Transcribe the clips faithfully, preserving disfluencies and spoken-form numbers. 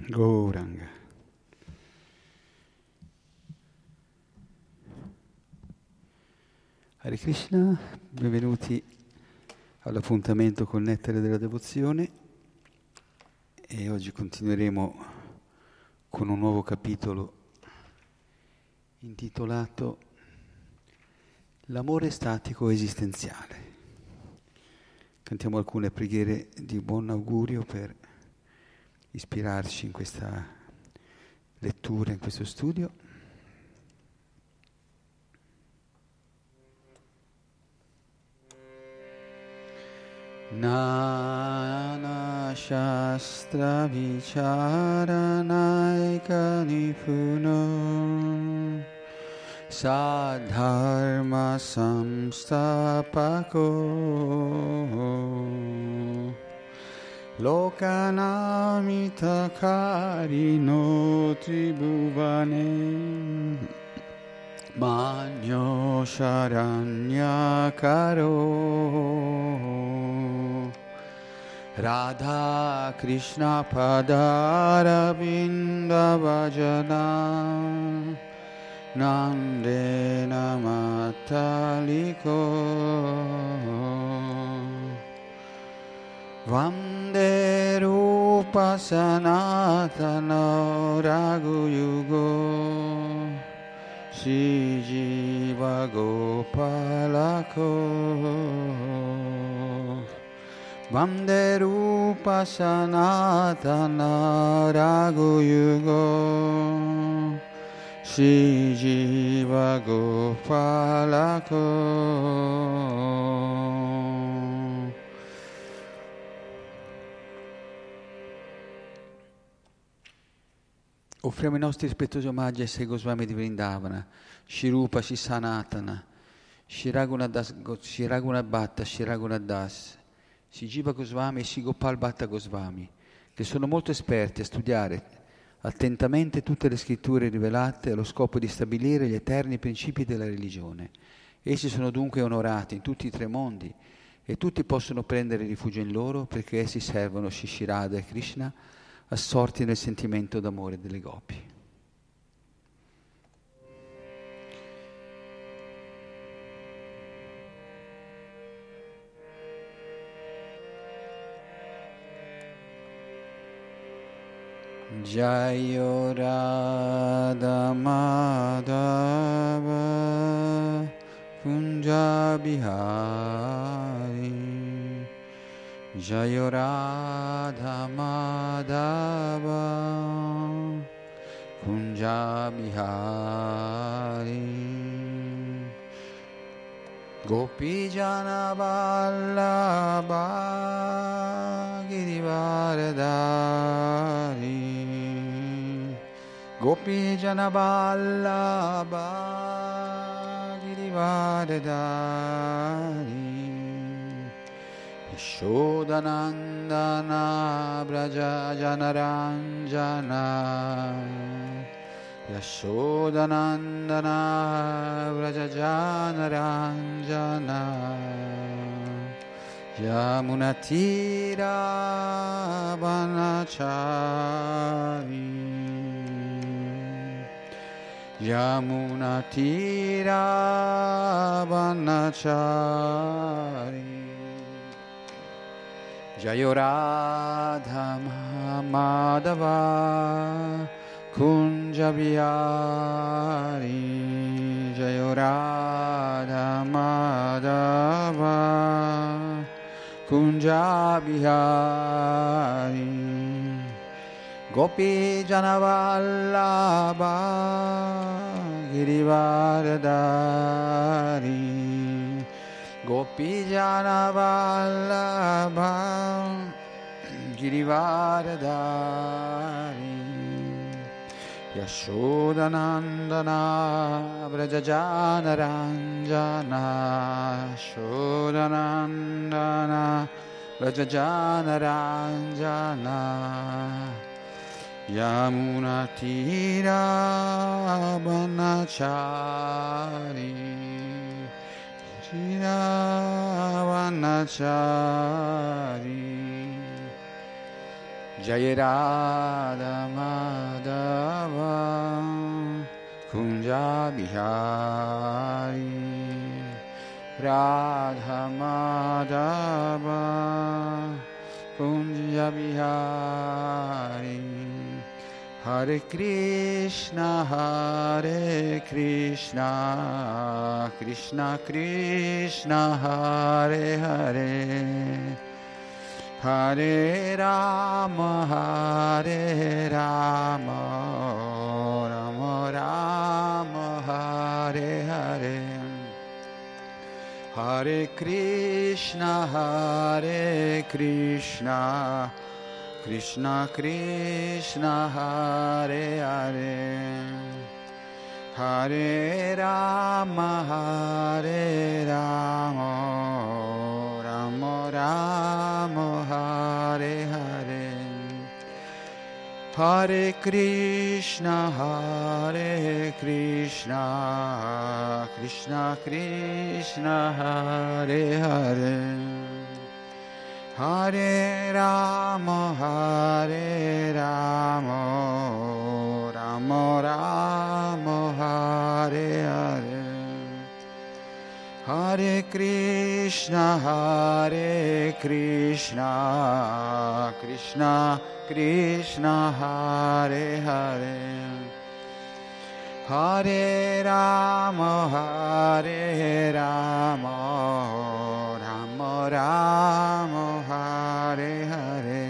Gauranga. Hare Krishna, benvenuti all'appuntamento col Nettare della Devozione e oggi continueremo con un nuovo capitolo intitolato L'amore statico esistenziale. Cantiamo alcune preghiere di buon augurio per ispirarci in questa lettura, in questo studio. Nana Shastra Vicharanaika Nipuno Sadharma Samstapako Lokanamita Karino Tribhuvane Manyo Sharanyakaro Radha Krishna Padaravinda Bhajana Nandena Mataliko Vande Rupa Sanatana Raghuyugo Sri Jiva Gopalako Vande Rupa Sanatana Raghuyugo Sri Jiva Gopalako. Offriamo i nostri rispettosi omaggi ai Sei Goswami di Vrindavana, Shri Rupa, Shri Sanatana, Shri Raghunath Bhatta, Shri Raghunath Das, Shri Jiva Goswami e Shri Gopal Bhatta Goswami, che sono molto esperti a studiare attentamente tutte le scritture rivelate allo scopo di stabilire gli eterni principi della religione. Essi sono dunque onorati in tutti i tre mondi e tutti possono prendere rifugio in loro perché essi servono Shri Shri Radha e Krishna assorti nel sentimento d'amore delle gopi. Jayo Radha Madhava Kunja Bihari Jayo Radha Madhava Kunja Bihari Gopi Jana Vallabha Girivaradari Gopi Jana Vallabha Girivaradari Yashodanandana Braja Janaranjana Yashodanandana Braja Janaranjana Yamunatira Vanachari Yamunatira Vanachari Jayo Radha Madhava Kunja Bihari Jayo Radha Madhava Kunja Bihari Gopi Jana Vallabha Girivaradari Gopi Jana Vallabha Girivaradari Yashodanandana Braja Janaranjana Yashodanandana Braja Janaranjana Yamunatira Vanachari Vanachari Jai Radha Madhava Kunja Bihari Radha Madhava Kunja Bihari Hare Krishna Hare Krishna Krishna Krishna Hare Hare Hare Rama Hare Rama Rama Rama Hare Hare Hare Krishna Hare Krishna Krishna Krishna Hare Hare Hare Rama Hare Rama Rama Rama Hare Hare Hare Krishna Hare Krishna Krishna Krishna Hare Hare Hare Rama Hare Rama Rama Rama Hare Hare Hare Krishna Hare Krishna Krishna Krishna Hare Hare Hare Rama Hare Rama Rama Rama Hare Hare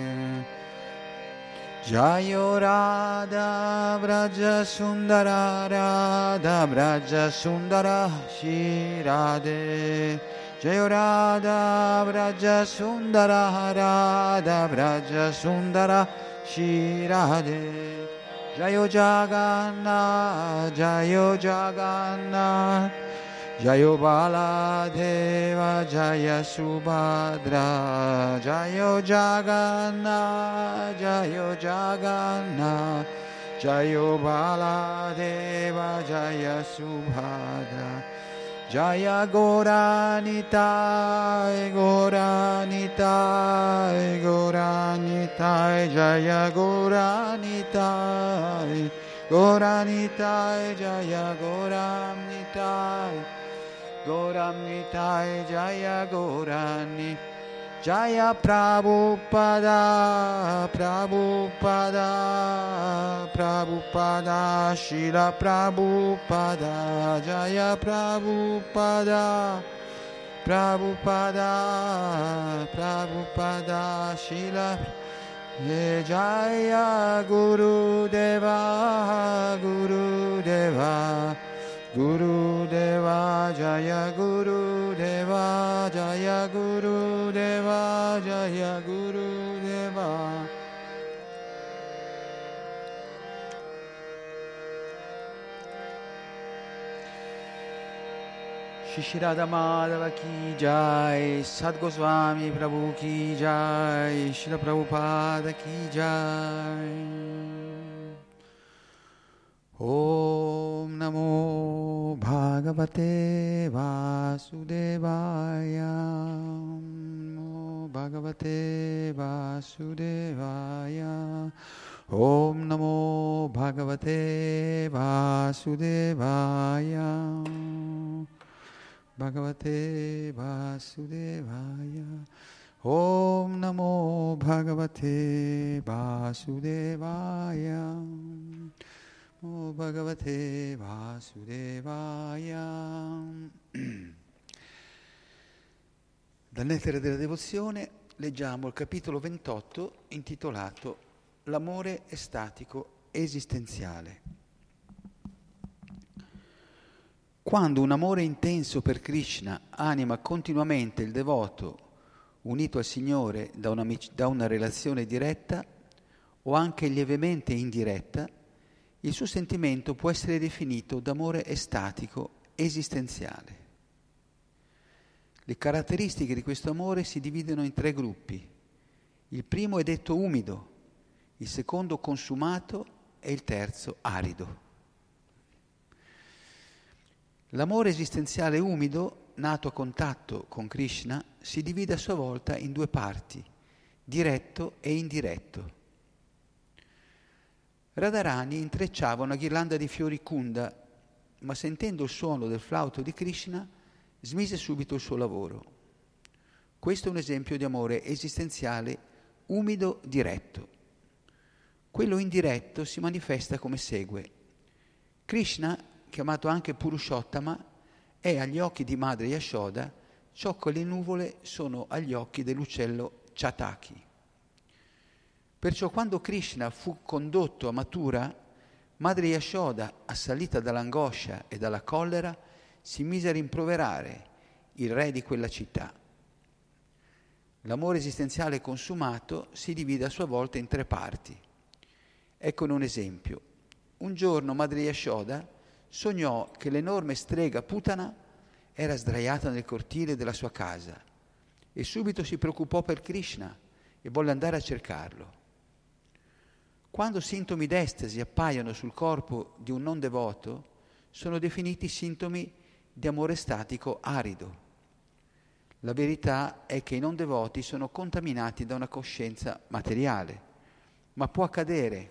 Jayo Radha Braja Sundara Radha Braja Sundara Shri Radhe Jayo Radha Braja Sundara Radha Braja Sundara Shri Radhe Jayo Jagannath Jayo Jagannath Jayo Baladeva Jaya Subhadra Jayo Jagannath Jayo Jagannath Jayo Baladeva Jaya Subhadra Jaya Goranitai Goranitai Goranitai Jaya Goranitai Goranitai Jaya Goranitai Goramnitai Jaya Gorani Jaya Prabhupada Prabhupada Prabhupada Shila Prabhupada Jaya Prabhupada Prabhupada Prabhupada Shila Jaya Guru Deva Guru Deva Guru Deva Jaya Guru Deva Jaya Guru Deva Jaya Guru Deva Shri Radha Madhava Ki Jai Sad Goswami Prabhu Ki Jai Srila Prabhupada Ki Jai Om Namo Bhagavate Vasudevaya Namo Bhagavate Vasudevaya Om Namo Bhagavate Vasudevaya Bhagavate Vasudevaya Om Namo Bhagavate Vasudevaya O Bhagavate Vasudevaya. Dal Nettare della Devozione leggiamo il capitolo ventotto intitolato L'amore estatico esistenziale. Quando un amore intenso per Krishna anima continuamente il devoto unito al Signore da una, da una relazione diretta o anche lievemente indiretta, il suo sentimento può essere definito d'amore estatico esistenziale. Le caratteristiche di questo amore si dividono in tre gruppi. Il primo è detto umido, il secondo consumato e il terzo arido. L'amore esistenziale umido, nato a contatto con Krishna, si divide a sua volta in due parti, diretto e indiretto. Radharani intrecciava una ghirlanda di fiori kunda, ma sentendo il suono del flauto di Krishna smise subito il suo lavoro. Questo è un esempio di amore esistenziale umido, diretto. Quello indiretto si manifesta come segue. Krishna, chiamato anche Purushottama, è agli occhi di madre Yashoda ciò che le nuvole sono agli occhi dell'uccello Chataki. Perciò quando Krishna fu condotto a Mathura, madre Yashoda, assalita dall'angoscia e dalla collera, si mise a rimproverare il re di quella città. L'amore esistenziale consumato si divide a sua volta in tre parti. Eccone un esempio. Un giorno madre Yashoda sognò che l'enorme strega Putana era sdraiata nel cortile della sua casa e subito si preoccupò per Krishna e volle andare a cercarlo. Quando sintomi d'estasi appaiono sul corpo di un non devoto, sono definiti sintomi di amore statico arido. La verità è che i non devoti sono contaminati da una coscienza materiale, ma può accadere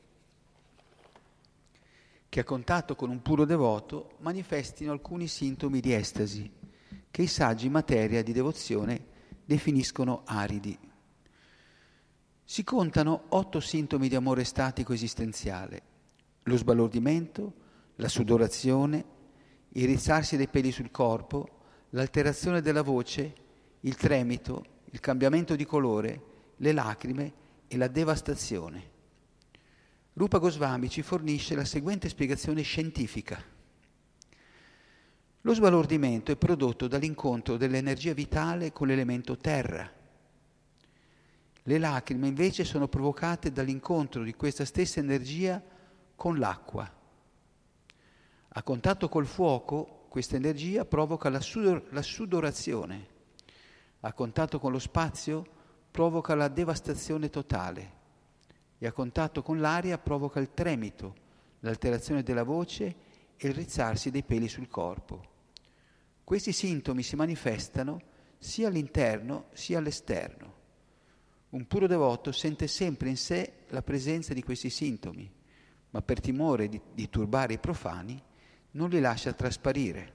che a contatto con un puro devoto manifestino alcuni sintomi di estasi, che i saggi in materia di devozione definiscono aridi. Si contano otto sintomi di amore statico esistenziale: lo sbalordimento, la sudorazione, il rizzarsi dei peli sul corpo, l'alterazione della voce, il tremito, il cambiamento di colore, le lacrime e la devastazione. Rupa Goswami ci fornisce la seguente spiegazione scientifica. Lo sbalordimento è prodotto dall'incontro dell'energia vitale con l'elemento terra. Le lacrime invece sono provocate dall'incontro di questa stessa energia con l'acqua. A contatto col fuoco, questa energia provoca la, sudor- la sudorazione. A contatto con lo spazio provoca la devastazione totale. E a contatto con l'aria provoca il tremito, l'alterazione della voce e il rizzarsi dei peli sul corpo. Questi sintomi si manifestano sia all'interno sia all'esterno. Un puro devoto sente sempre in sé la presenza di questi sintomi, ma per timore di, di turbare i profani non li lascia trasparire.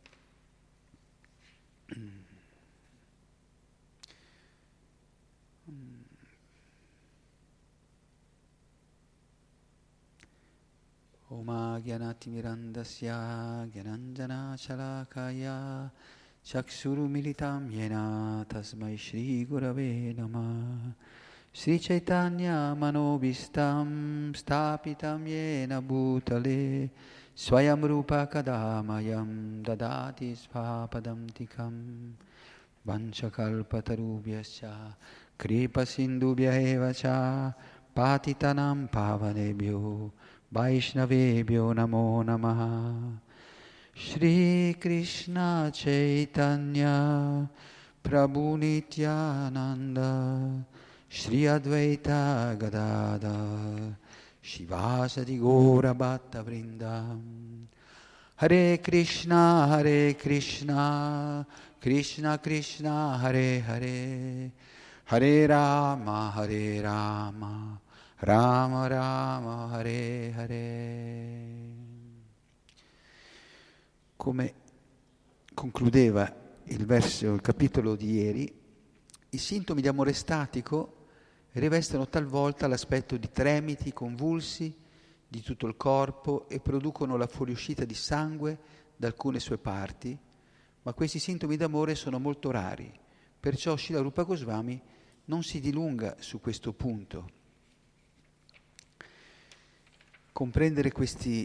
Oma Gyanati Mirandasya Gyananjana Chalakaya Chakshuru Militam Yena Tasmai Shri Gurave Namah Sri Chaitanya Manobhistam Stapitam Yena Bhutale Swayam Rupa Kadamayam Dadati Svapadam Tikam Vanchakalpatarubhyascha Kripa Sindubhya Eva Cha Patitanam Pavanebhyo Vaishnavebhyo Namo Namaha Shri Krishna Chaitanya Prabhu Nityananda Shri Advaita Gadadhar Shivasati Gaura Bhatta Vrindam Hare Krishna Hare Krishna Krishna Krishna Hare Hare Hare Rama Hare Rama Rama Rama Hare Hare. Come concludeva il verso, il capitolo di ieri, i sintomi di amore statico rivestono talvolta l'aspetto di tremiti convulsi di tutto il corpo e producono la fuoriuscita di sangue da alcune sue parti, ma questi sintomi d'amore sono molto rari, perciò Srila Rupa Goswami non si dilunga su questo punto. Comprendere questi,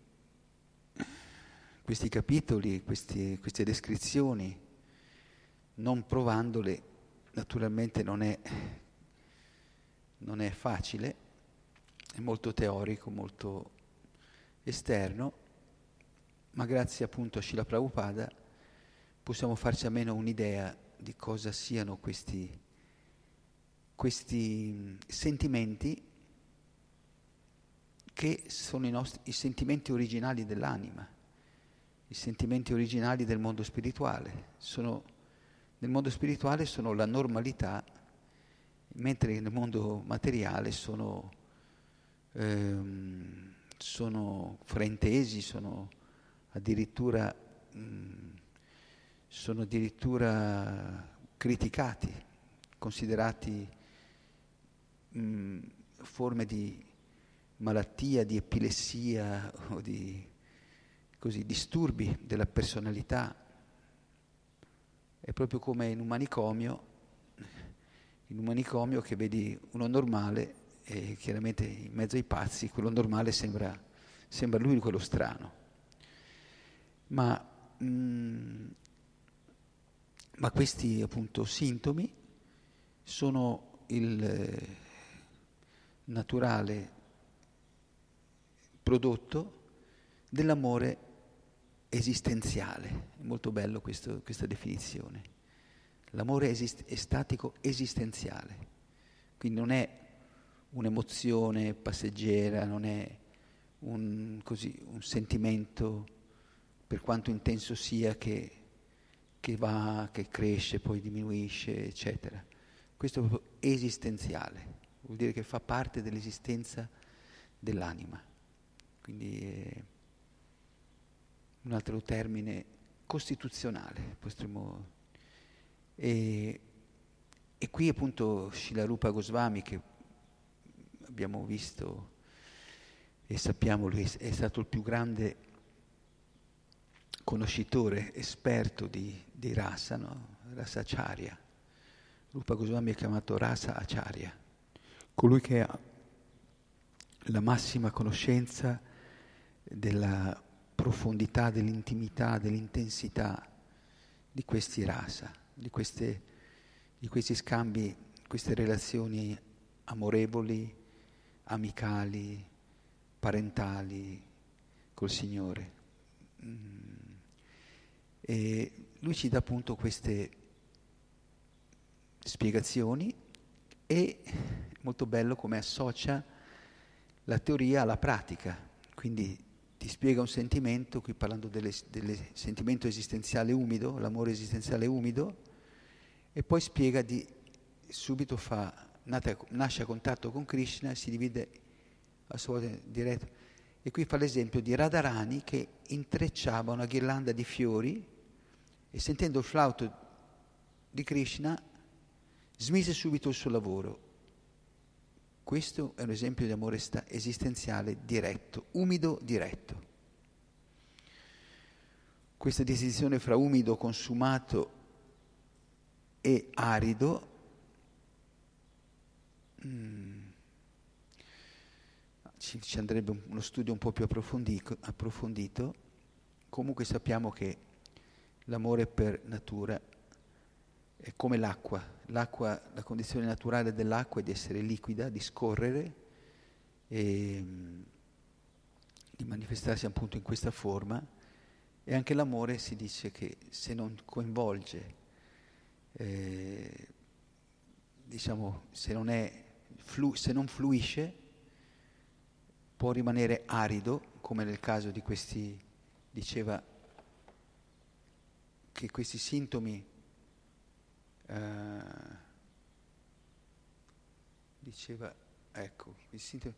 questi capitoli, questi, queste descrizioni, non provandole, naturalmente non è, non è facile, è molto teorico, molto esterno, ma grazie appunto a Srila Prabhupada possiamo farci almeno un'idea di cosa siano questi, questi sentimenti che sono i, nostri, i sentimenti originali dell'anima, i sentimenti originali del mondo spirituale. Sono, nel mondo spirituale sono la normalità, mentre nel mondo materiale sono ehm, sono fraintesi, sono addirittura, mh, sono addirittura criticati, considerati mh, forme di malattia, di epilessia o di così, disturbi della personalità. È proprio come in un manicomio, in un manicomio che vedi uno normale e chiaramente in mezzo ai pazzi quello normale sembra, sembra lui quello strano. Ma, mh, ma questi appunto sintomi sono il eh, naturale prodotto dell'amore esistenziale. È molto bello questo, questa definizione. L'amore esist- estatico esistenziale. Quindi non è un'emozione passeggera, non è un, così, un sentimento, per quanto intenso sia, che, che va, che cresce, poi diminuisce, eccetera. Questo è proprio esistenziale, vuol dire che fa parte dell'esistenza dell'anima. Quindi è un altro termine costituzionale, potremmo. E, e qui appunto Srila Rupa Goswami, che abbiamo visto e sappiamo lui è stato il più grande conoscitore, esperto di, di rasa, no? Rasa Acharya. Rupa Goswami è chiamato Rasa Acharya, colui che ha la massima conoscenza della profondità, dell'intimità, dell'intensità di questi rasa, di, queste, di questi scambi, queste relazioni amorevoli, amicali, parentali col Signore. Mm. E lui ci dà appunto queste spiegazioni e è molto bello come associa la teoria alla pratica. Quindi ti spiega un sentimento, qui parlando del sentimento esistenziale umido, l'amore esistenziale umido, e poi spiega di, subito fa, nasce a contatto con Krishna e si divide a sua volta diretto. E qui fa l'esempio di Radharani che intrecciava una ghirlanda di fiori e sentendo il flauto di Krishna smise subito il suo lavoro. Questo è un esempio di amore esistenziale diretto, umido diretto. Questa distinzione fra umido, consumato e arido mm, ci, ci andrebbe uno studio un po' più approfondito, approfondito. Comunque sappiamo che l'amore per natura è come l'acqua. L'acqua, la condizione naturale dell'acqua è di essere liquida, di scorrere e di manifestarsi appunto in questa forma. E anche l'amore si dice che se non coinvolge, eh, diciamo, se non è flu- se non fluisce, può rimanere arido, come nel caso di questi, diceva che questi sintomi Uh, diceva, ecco, i sintomi,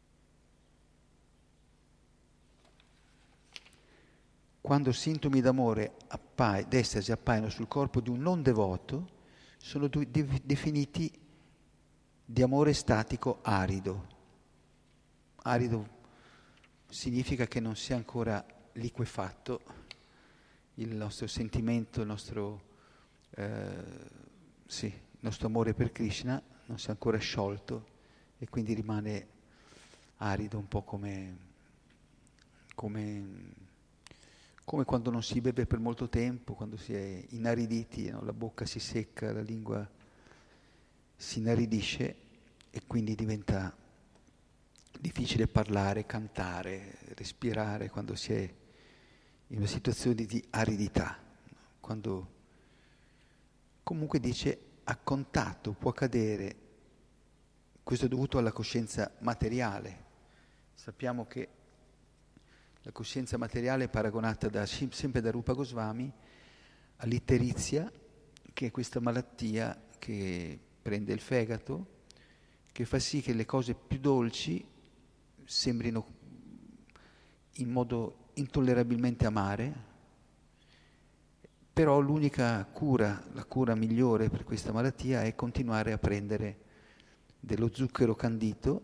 quando sintomi d'amore appai- d'estasi appaiono sul corpo di un non devoto, sono du- de- definiti di amore statico arido. Arido significa che non sia ancora liquefatto il nostro sentimento, il nostro Eh, sì, il nostro amore per Krishna non si è ancora sciolto e quindi rimane arido, un po' come, come, come quando non si beve per molto tempo, quando si è inariditi, no? La bocca si secca, la lingua si inaridisce e quindi diventa difficile parlare, cantare, respirare quando si è in una situazione di aridità, quando comunque dice a contatto può accadere, questo è dovuto alla coscienza materiale. Sappiamo che la coscienza materiale è paragonata da, sempre da Rupa Goswami all'itterizia, che è questa malattia che prende il fegato, che fa sì che le cose più dolci sembrino in modo intollerabilmente amare, però l'unica cura, la cura migliore per questa malattia è continuare a prendere dello zucchero candito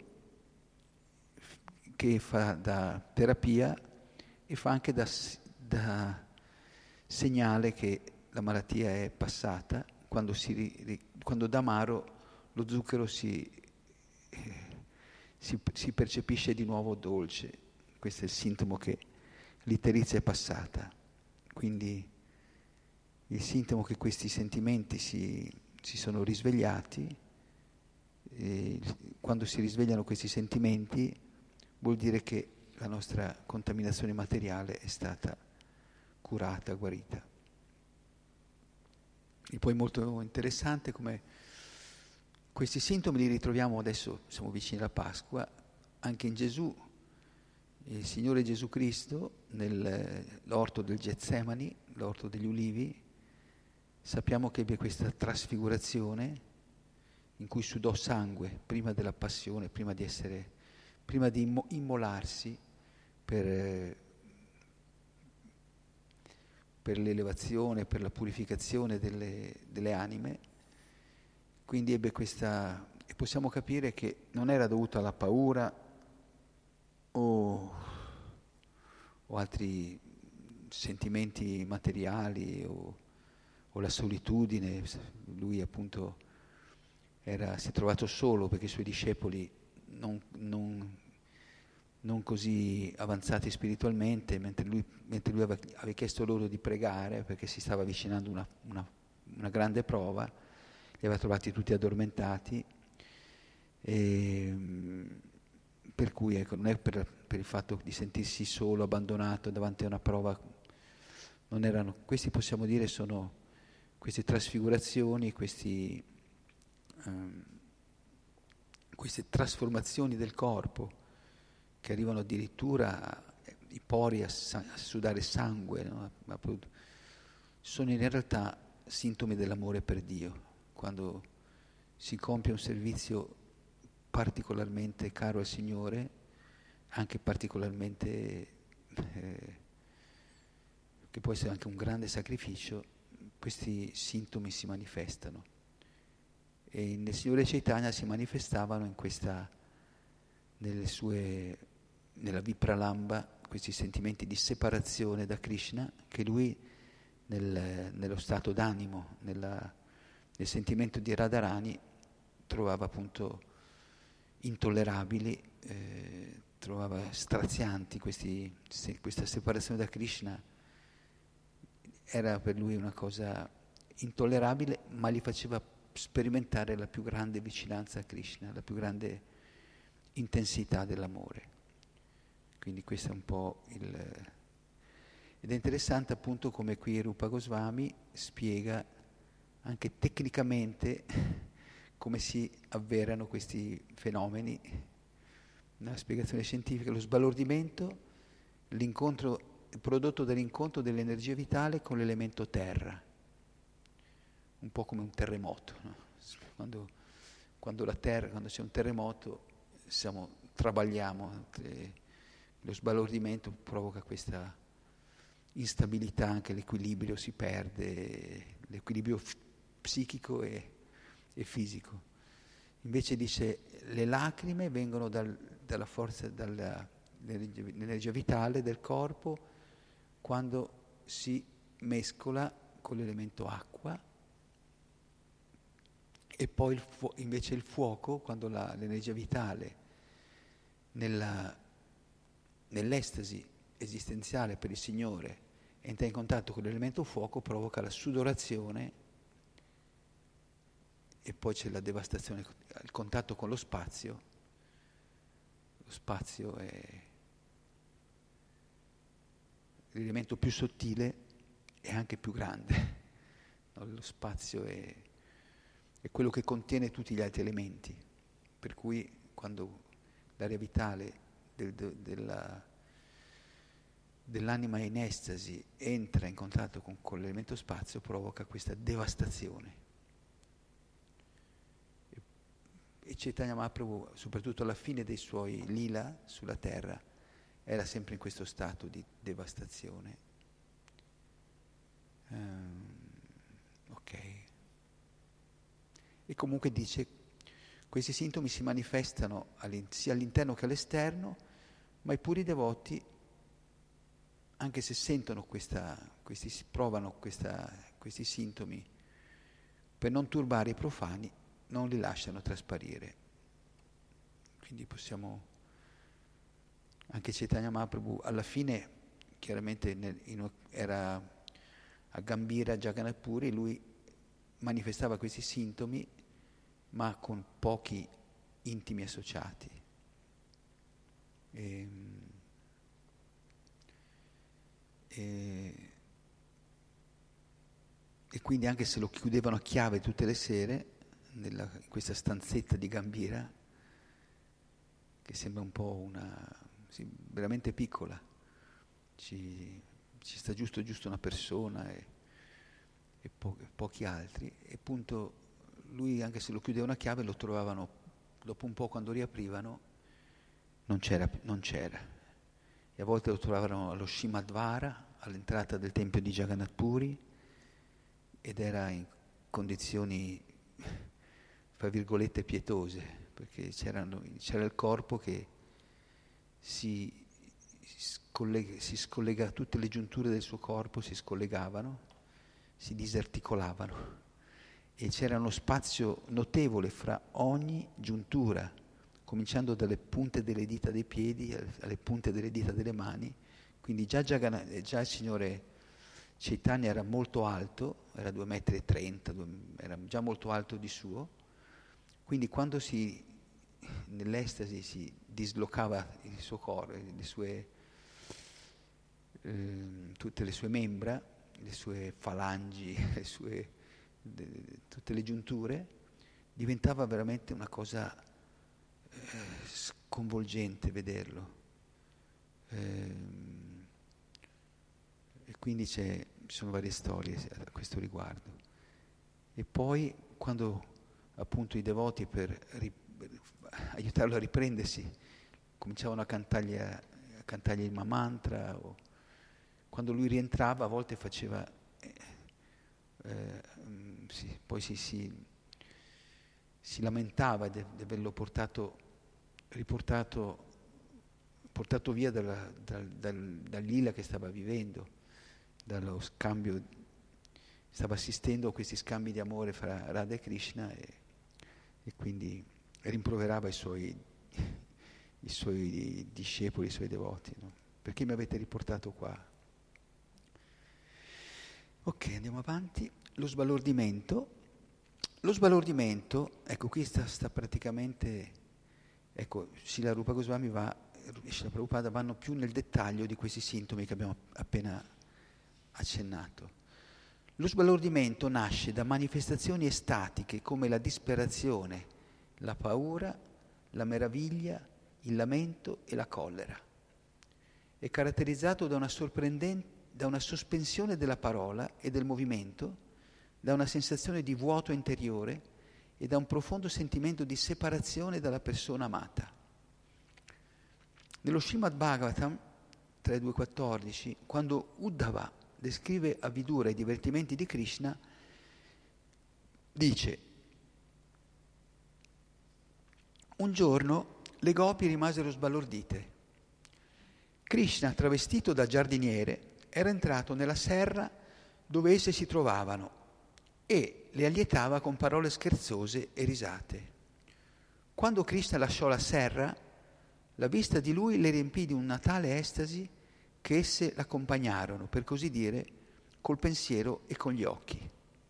che fa da terapia e fa anche da, da segnale che la malattia è passata, quando, si, quando d'amaro lo zucchero si, eh, si, si percepisce di nuovo dolce. Questo è il sintomo che l'itterizia è passata. Quindi il sintomo che questi sentimenti si, si sono risvegliati, e quando si risvegliano questi sentimenti vuol dire che la nostra contaminazione materiale è stata curata, guarita. E poi molto interessante come questi sintomi li ritroviamo adesso, siamo vicini alla Pasqua, anche in Gesù. Il Signore Gesù Cristo nell'orto del Getsemani, l'orto degli ulivi, sappiamo che ebbe questa trasfigurazione in cui sudò sangue prima della passione, prima di essere, prima di immolarsi per, per l'elevazione, per la purificazione delle, delle anime. Quindi ebbe questa, e possiamo capire che non era dovuto alla paura o, o altri sentimenti materiali o, o la solitudine. Lui appunto era, si è trovato solo perché i suoi discepoli non, non, non così avanzati spiritualmente, mentre lui, mentre lui aveva, aveva chiesto loro di pregare perché si stava avvicinando una, una, una grande prova, li aveva trovati tutti addormentati, e, per cui ecco, non è per, per il fatto di sentirsi solo, abbandonato davanti a una prova, non erano, questi possiamo dire sono queste trasfigurazioni, questi, um, queste trasformazioni del corpo che arrivano addirittura i pori a, a sudare sangue, no? Ma sono in realtà sintomi dell'amore per Dio. Quando si compie un servizio particolarmente caro al Signore, anche particolarmente eh, che può essere anche un grande sacrificio, questi sintomi si manifestano. E nel Signore Chaitanya si manifestavano in questa, nelle sue, nella Vipralamba, questi sentimenti di separazione da Krishna, che lui nel, nello stato d'animo, nella, nel sentimento di Radharani, trovava appunto intollerabili, eh, trovava strazianti questi, se, questa separazione da Krishna era per lui una cosa intollerabile, ma gli faceva sperimentare la più grande vicinanza a Krishna, la più grande intensità dell'amore. Quindi questo è un po' il... Ed è interessante appunto come qui Rupa Goswami spiega anche tecnicamente come si avverano questi fenomeni, una spiegazione scientifica, lo sbalordimento, l'incontro, il prodotto dall'incontro dell'energia vitale con l'elemento terra, un po' come un terremoto, no? Quando, quando la terra, quando c'è un terremoto, siamo, traballiamo, lo sbalordimento provoca questa instabilità, anche l'equilibrio si perde, l'equilibrio f- psichico e, e fisico. Invece dice le lacrime vengono dal, dalla forza, dall'energia vitale del corpo quando si mescola con l'elemento acqua, e poi il fu- invece il fuoco, quando la, l'energia vitale nella, nell'estasi esistenziale per il Signore entra in contatto con l'elemento fuoco, provoca la sudorazione, e poi c'è la devastazione, il contatto con lo spazio. Lo spazio è l'elemento più sottile e anche più grande. No? Lo spazio è, è quello che contiene tutti gli altri elementi, per cui quando l'aria vitale del, de, della, dell'anima in estasi entra in contatto con, con l'elemento spazio, provoca questa devastazione. E e Chaitanya Mahaprabhu, soprattutto alla fine dei suoi lila sulla terra, era sempre in questo stato di devastazione. Um, ok. E comunque dice, questi sintomi si manifestano all'in- sia all'interno che all'esterno, ma i puri devoti, anche se sentono questa, questi, provano questa, questi sintomi, per non turbare i profani, non li lasciano trasparire. Quindi possiamo, anche Chaitanya Mahaprabhu, alla fine, chiaramente nel, in, era a Gambhira Jagannath Puri, lui manifestava questi sintomi, ma con pochi intimi associati. E, e, e quindi anche se lo chiudevano a chiave tutte le sere, nella, in questa stanzetta di Gambhira, che sembra un po' una, sì, veramente piccola, ci, ci sta giusto giusto una persona e, e po- pochi altri, e appunto lui, anche se lo chiudevano a chiave, lo trovavano, dopo un po' quando riaprivano, non c'era, non c'era. E a volte lo trovavano allo Shimadvara, all'entrata del tempio di Jagannath Puri, ed era in condizioni, fra virgolette, pietose, perché c'erano, c'era il corpo che si, scollega, si scollega, tutte le giunture del suo corpo si scollegavano, si disarticolavano, e c'era uno spazio notevole fra ogni giuntura, cominciando dalle punte delle dita dei piedi alle punte delle dita delle mani. Quindi già, già, già il signore Chaitanya era molto alto, era due metri e trenta, era già molto alto di suo, quindi quando si, nell'estasi si dislocava il suo corpo, le sue, eh, tutte le sue membra, le sue falangi, le sue, de, tutte le giunture, diventava veramente una cosa eh, sconvolgente vederlo. Eh, e quindi c'è, ci sono varie storie a questo riguardo. E poi quando appunto i devoti, per ri, aiutarlo a riprendersi, cominciavano a cantargli, a, a cantargli il Mahamantra, o quando lui rientrava a volte faceva eh, eh, sì, poi si, si, si lamentava di, di averlo portato riportato portato via dalla, dal, dal, dall'ila che stava vivendo, dallo scambio, stava assistendo a questi scambi di amore fra Radha e Krishna, e, e quindi rimproverava i suoi, i suoi discepoli, i suoi devoti, no? Perché mi avete riportato qua? Ok, andiamo avanti. Lo sbalordimento. Lo sbalordimento, ecco, qui sta, sta praticamente, ecco, Srila Rupa Goswami va, Srila Prabhupada vanno più nel dettaglio di questi sintomi che abbiamo appena accennato. Lo sbalordimento nasce da manifestazioni estatiche come la disperazione, la paura, la meraviglia, il lamento e la collera. È caratterizzato da una sorprendente, da una sospensione della parola e del movimento, da una sensazione di vuoto interiore e da un profondo sentimento di separazione dalla persona amata. Nello Srimad Bhagavatam trentadue quattordici, quando Uddhava descrive a Vidura i divertimenti di Krishna, dice: un giorno le gopi rimasero sbalordite. Krishna, travestito da giardiniere, era entrato nella serra dove esse si trovavano e le allietava con parole scherzose e risate. Quando Krishna lasciò la serra, la vista di lui le riempì di una tale estasi che esse l'accompagnarono, per così dire, col pensiero e con gli occhi.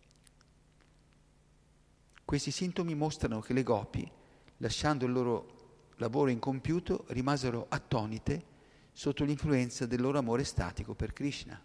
Questi sintomi mostrano che le gopi, lasciando il loro lavoro incompiuto, rimasero attonite sotto l'influenza del loro amore estatico per Krishna.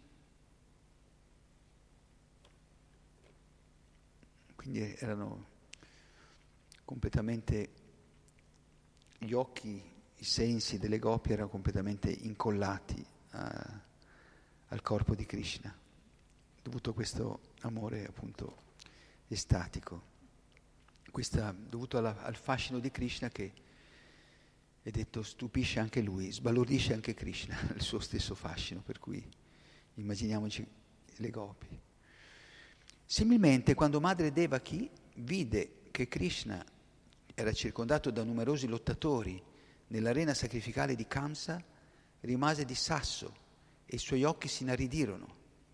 Quindi erano completamente, gli occhi, i sensi delle gopi erano completamente incollati a, al corpo di Krishna, dovuto a questo amore appunto estatico. Quindi questa, dovuto alla, al fascino di Krishna che è detto stupisce anche lui, sbalordisce anche Krishna, il suo stesso fascino, per cui immaginiamoci le gopi. Similmente, quando madre Devaki vide che Krishna era circondato da numerosi lottatori nell'arena sacrificale di Kamsa, rimase di sasso e i suoi occhi si inaridirono.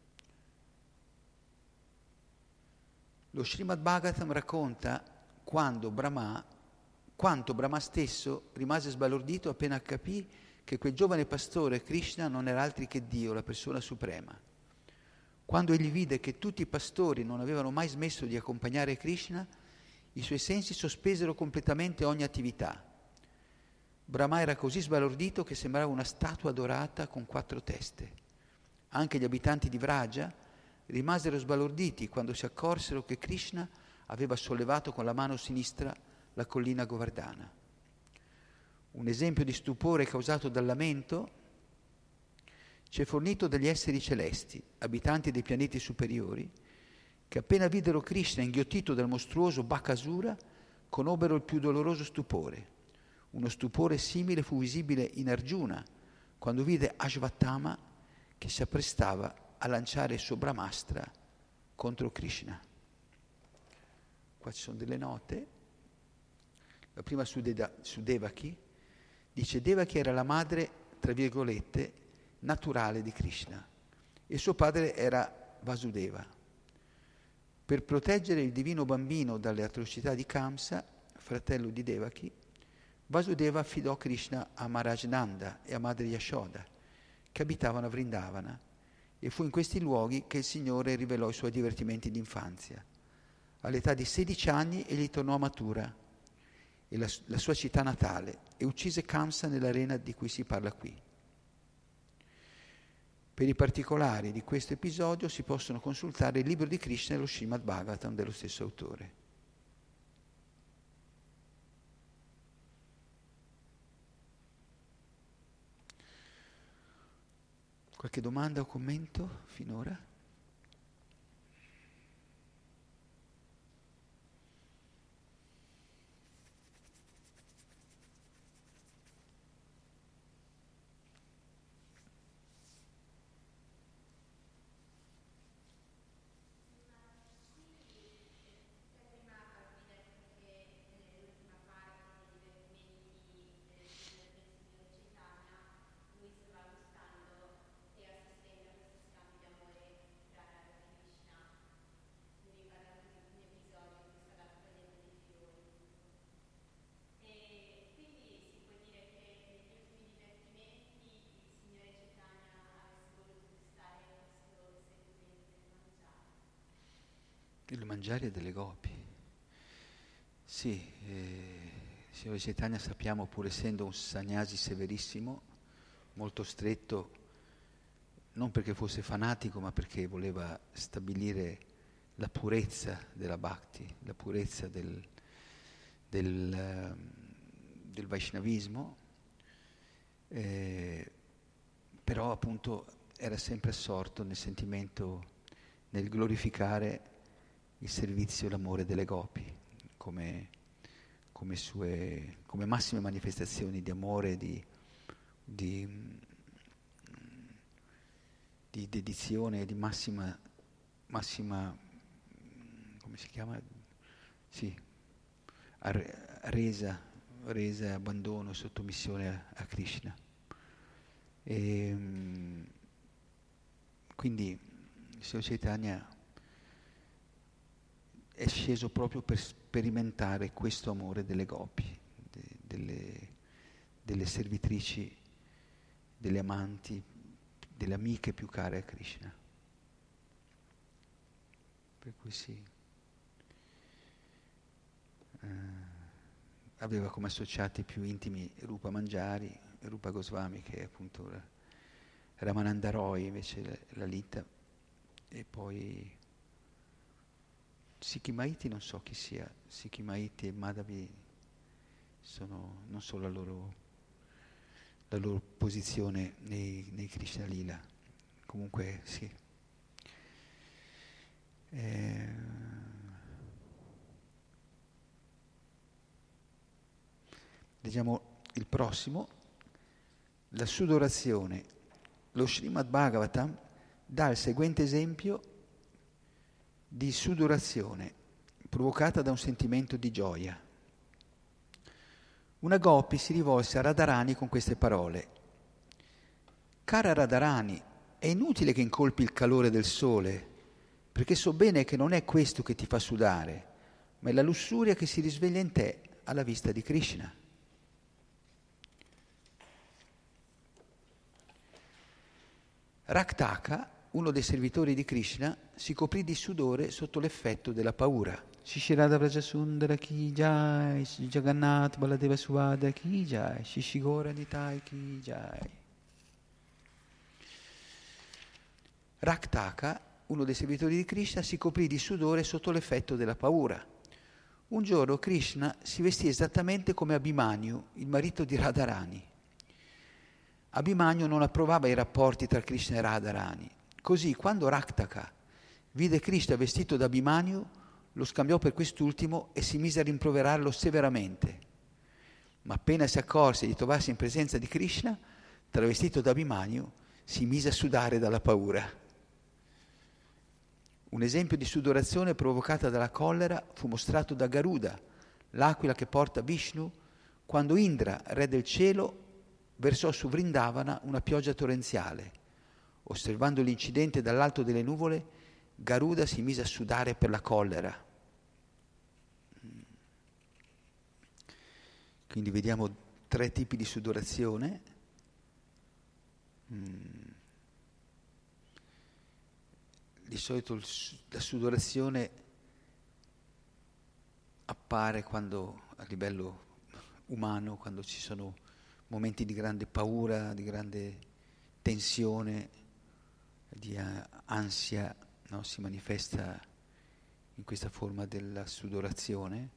Lo Srimad Bhagavatam racconta quando Brahma, quanto Brahma stesso rimase sbalordito appena capì che quel giovane pastore Krishna non era altri che Dio, la persona suprema. Quando egli vide che tutti i pastori non avevano mai smesso di accompagnare Krishna, i suoi sensi sospesero completamente ogni attività. Brahma era così sbalordito che sembrava una statua dorata con quattro teste. Anche gli abitanti di Vraja rimasero sbalorditi quando si accorsero che Krishna aveva sollevato con la mano sinistra la collina Govardhana. Un esempio di stupore causato dal lamento ci è fornito dagli esseri celesti, abitanti dei pianeti superiori, che appena videro Krishna inghiottito dal mostruoso Bakasura, conobbero il più doloroso stupore. Uno stupore simile fu visibile in Arjuna, quando vide Ashvatthama che si apprestava a lanciare il suo Brahmastra contro Krishna. Qua ci sono delle note. La prima su, Deda, su Devaki, dice Devaki era la madre, tra virgolette, naturale di Krishna e suo padre era Vasudeva. Per proteggere il divino bambino dalle atrocità di Kamsa, fratello di Devaki, Vasudeva affidò Krishna a Maharaj Nanda e a madre Yashoda, che abitavano a Vrindavana, e fu in questi luoghi che il Signore rivelò i suoi divertimenti d'infanzia. All'età di sedici anni egli tornò a Mathura, e la, la sua città natale, e uccise Kamsa nell'arena di cui si parla qui. Per i particolari di questo episodio si possono consultare il libro di Krishna e lo Srimad Bhagavatam dello stesso autore. Qualche domanda o commento finora? Il mangiare delle gopi. Sì, eh, il Signore Chaitanya sappiamo, pur essendo un sannyasi severissimo, molto stretto, non perché fosse fanatico, ma perché voleva stabilire la purezza della bhakti, la purezza del, del, del Vaishnavismo, eh, però appunto era sempre assorto nel sentimento, nel glorificare il servizio e l'amore delle gopi come, come, sue, come massime manifestazioni di amore, di, di, di dedizione, di massima, massima, come si chiama? Sì, resa, resa, abbandono, sottomissione a, a Krishna. E, quindi il Signor Chaitanya è sceso proprio per sperimentare questo amore delle gopi, de, delle, delle servitrici, delle amanti, delle amiche più care a Krishna. Per cui sì. Eh, aveva come associati più intimi Rupa Manjari, Rupa Goswami, che è appunto Ramananda Roy, invece la, la Lita, e poi Sikhi Maiti non so chi sia, Sikhi Maiti e Madhavi sono, non so la loro, la loro posizione nei, nei Krishna Lila, comunque sì. Eh, Leggiamo il prossimo. La sudorazione. Lo Srimad Bhagavatam dà il seguente esempio di sudorazione provocata da un sentimento di gioia. Una Gopi si rivolse a Radharani con queste parole: cara Radharani, è inutile che incolpi il calore del sole, perché so bene che non è questo che ti fa sudare, ma è la lussuria che si risveglia in te alla vista di Krishna. Raktaka, uno dei servitori di Krishna, si coprì di sudore sotto l'effetto della paura. Shishirada Vrajasundara ki jai, Shri Jagannath Baladeva Subhadra ki jai, Shishigora Nitai ki jai. Raktaka, uno dei servitori di Krishna, si coprì di sudore sotto l'effetto della paura. Un giorno Krishna si vestì esattamente come Abhimanyu, il marito di Radharani. Abhimanyu non approvava i rapporti tra Krishna e Radharani. Così, quando Raktaka vide Krishna vestito da Abhimanyu, lo scambiò per quest'ultimo e si mise a rimproverarlo severamente. Ma appena si accorse di trovarsi in presenza di Krishna, travestito da Abhimanyu, si mise a sudare dalla paura. Un esempio di sudorazione provocata dalla collera fu mostrato da Garuda, l'aquila che porta Vishnu, quando Indra, re del cielo, versò su Vrindavana una pioggia torrenziale. Osservando l'incidente dall'alto delle nuvole, Garuda si mise a sudare per la collera. Quindi vediamo tre tipi di sudorazione. Di solito la sudorazione appare quando, a livello umano, quando ci sono momenti di grande paura, di grande tensione, di ansia, no? Si manifesta in questa forma della sudorazione,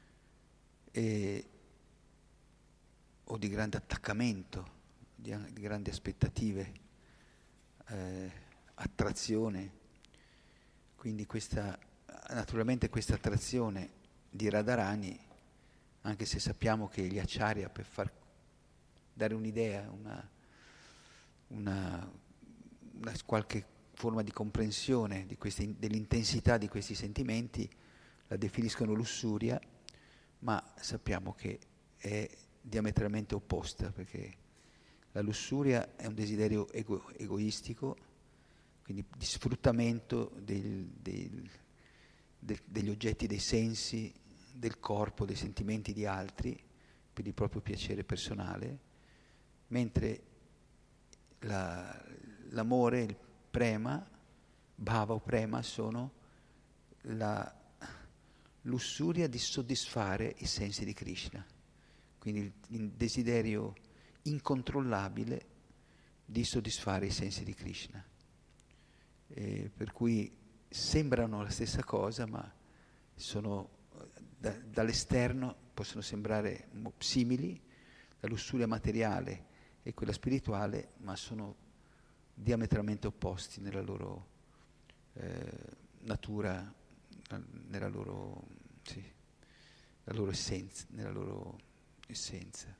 e, o di grande attaccamento, di, di grandi aspettative, eh, attrazione. Quindi questa, naturalmente questa attrazione di Radharani, anche se sappiamo che gli acciarya, per far dare un'idea, una, una, una qualche forma di comprensione di questi, dell'intensità di questi sentimenti, la definiscono lussuria, ma sappiamo che è diametralmente opposta, perché la lussuria è un desiderio ego, egoistico, quindi di sfruttamento del, del, del, degli oggetti, dei sensi, del corpo, dei sentimenti di altri, per il proprio piacere personale, mentre la, l'amore, il prema, bhava o prema, sono la lussuria di soddisfare i sensi di Krishna, quindi il, il desiderio incontrollabile di soddisfare i sensi di Krishna. E per cui sembrano la stessa cosa, ma sono da, dall'esterno possono sembrare simili, la lussuria materiale e quella spirituale, ma sono diametralmente opposti nella loro eh, natura, nella loro, sì, la loro essenza, nella loro essenza.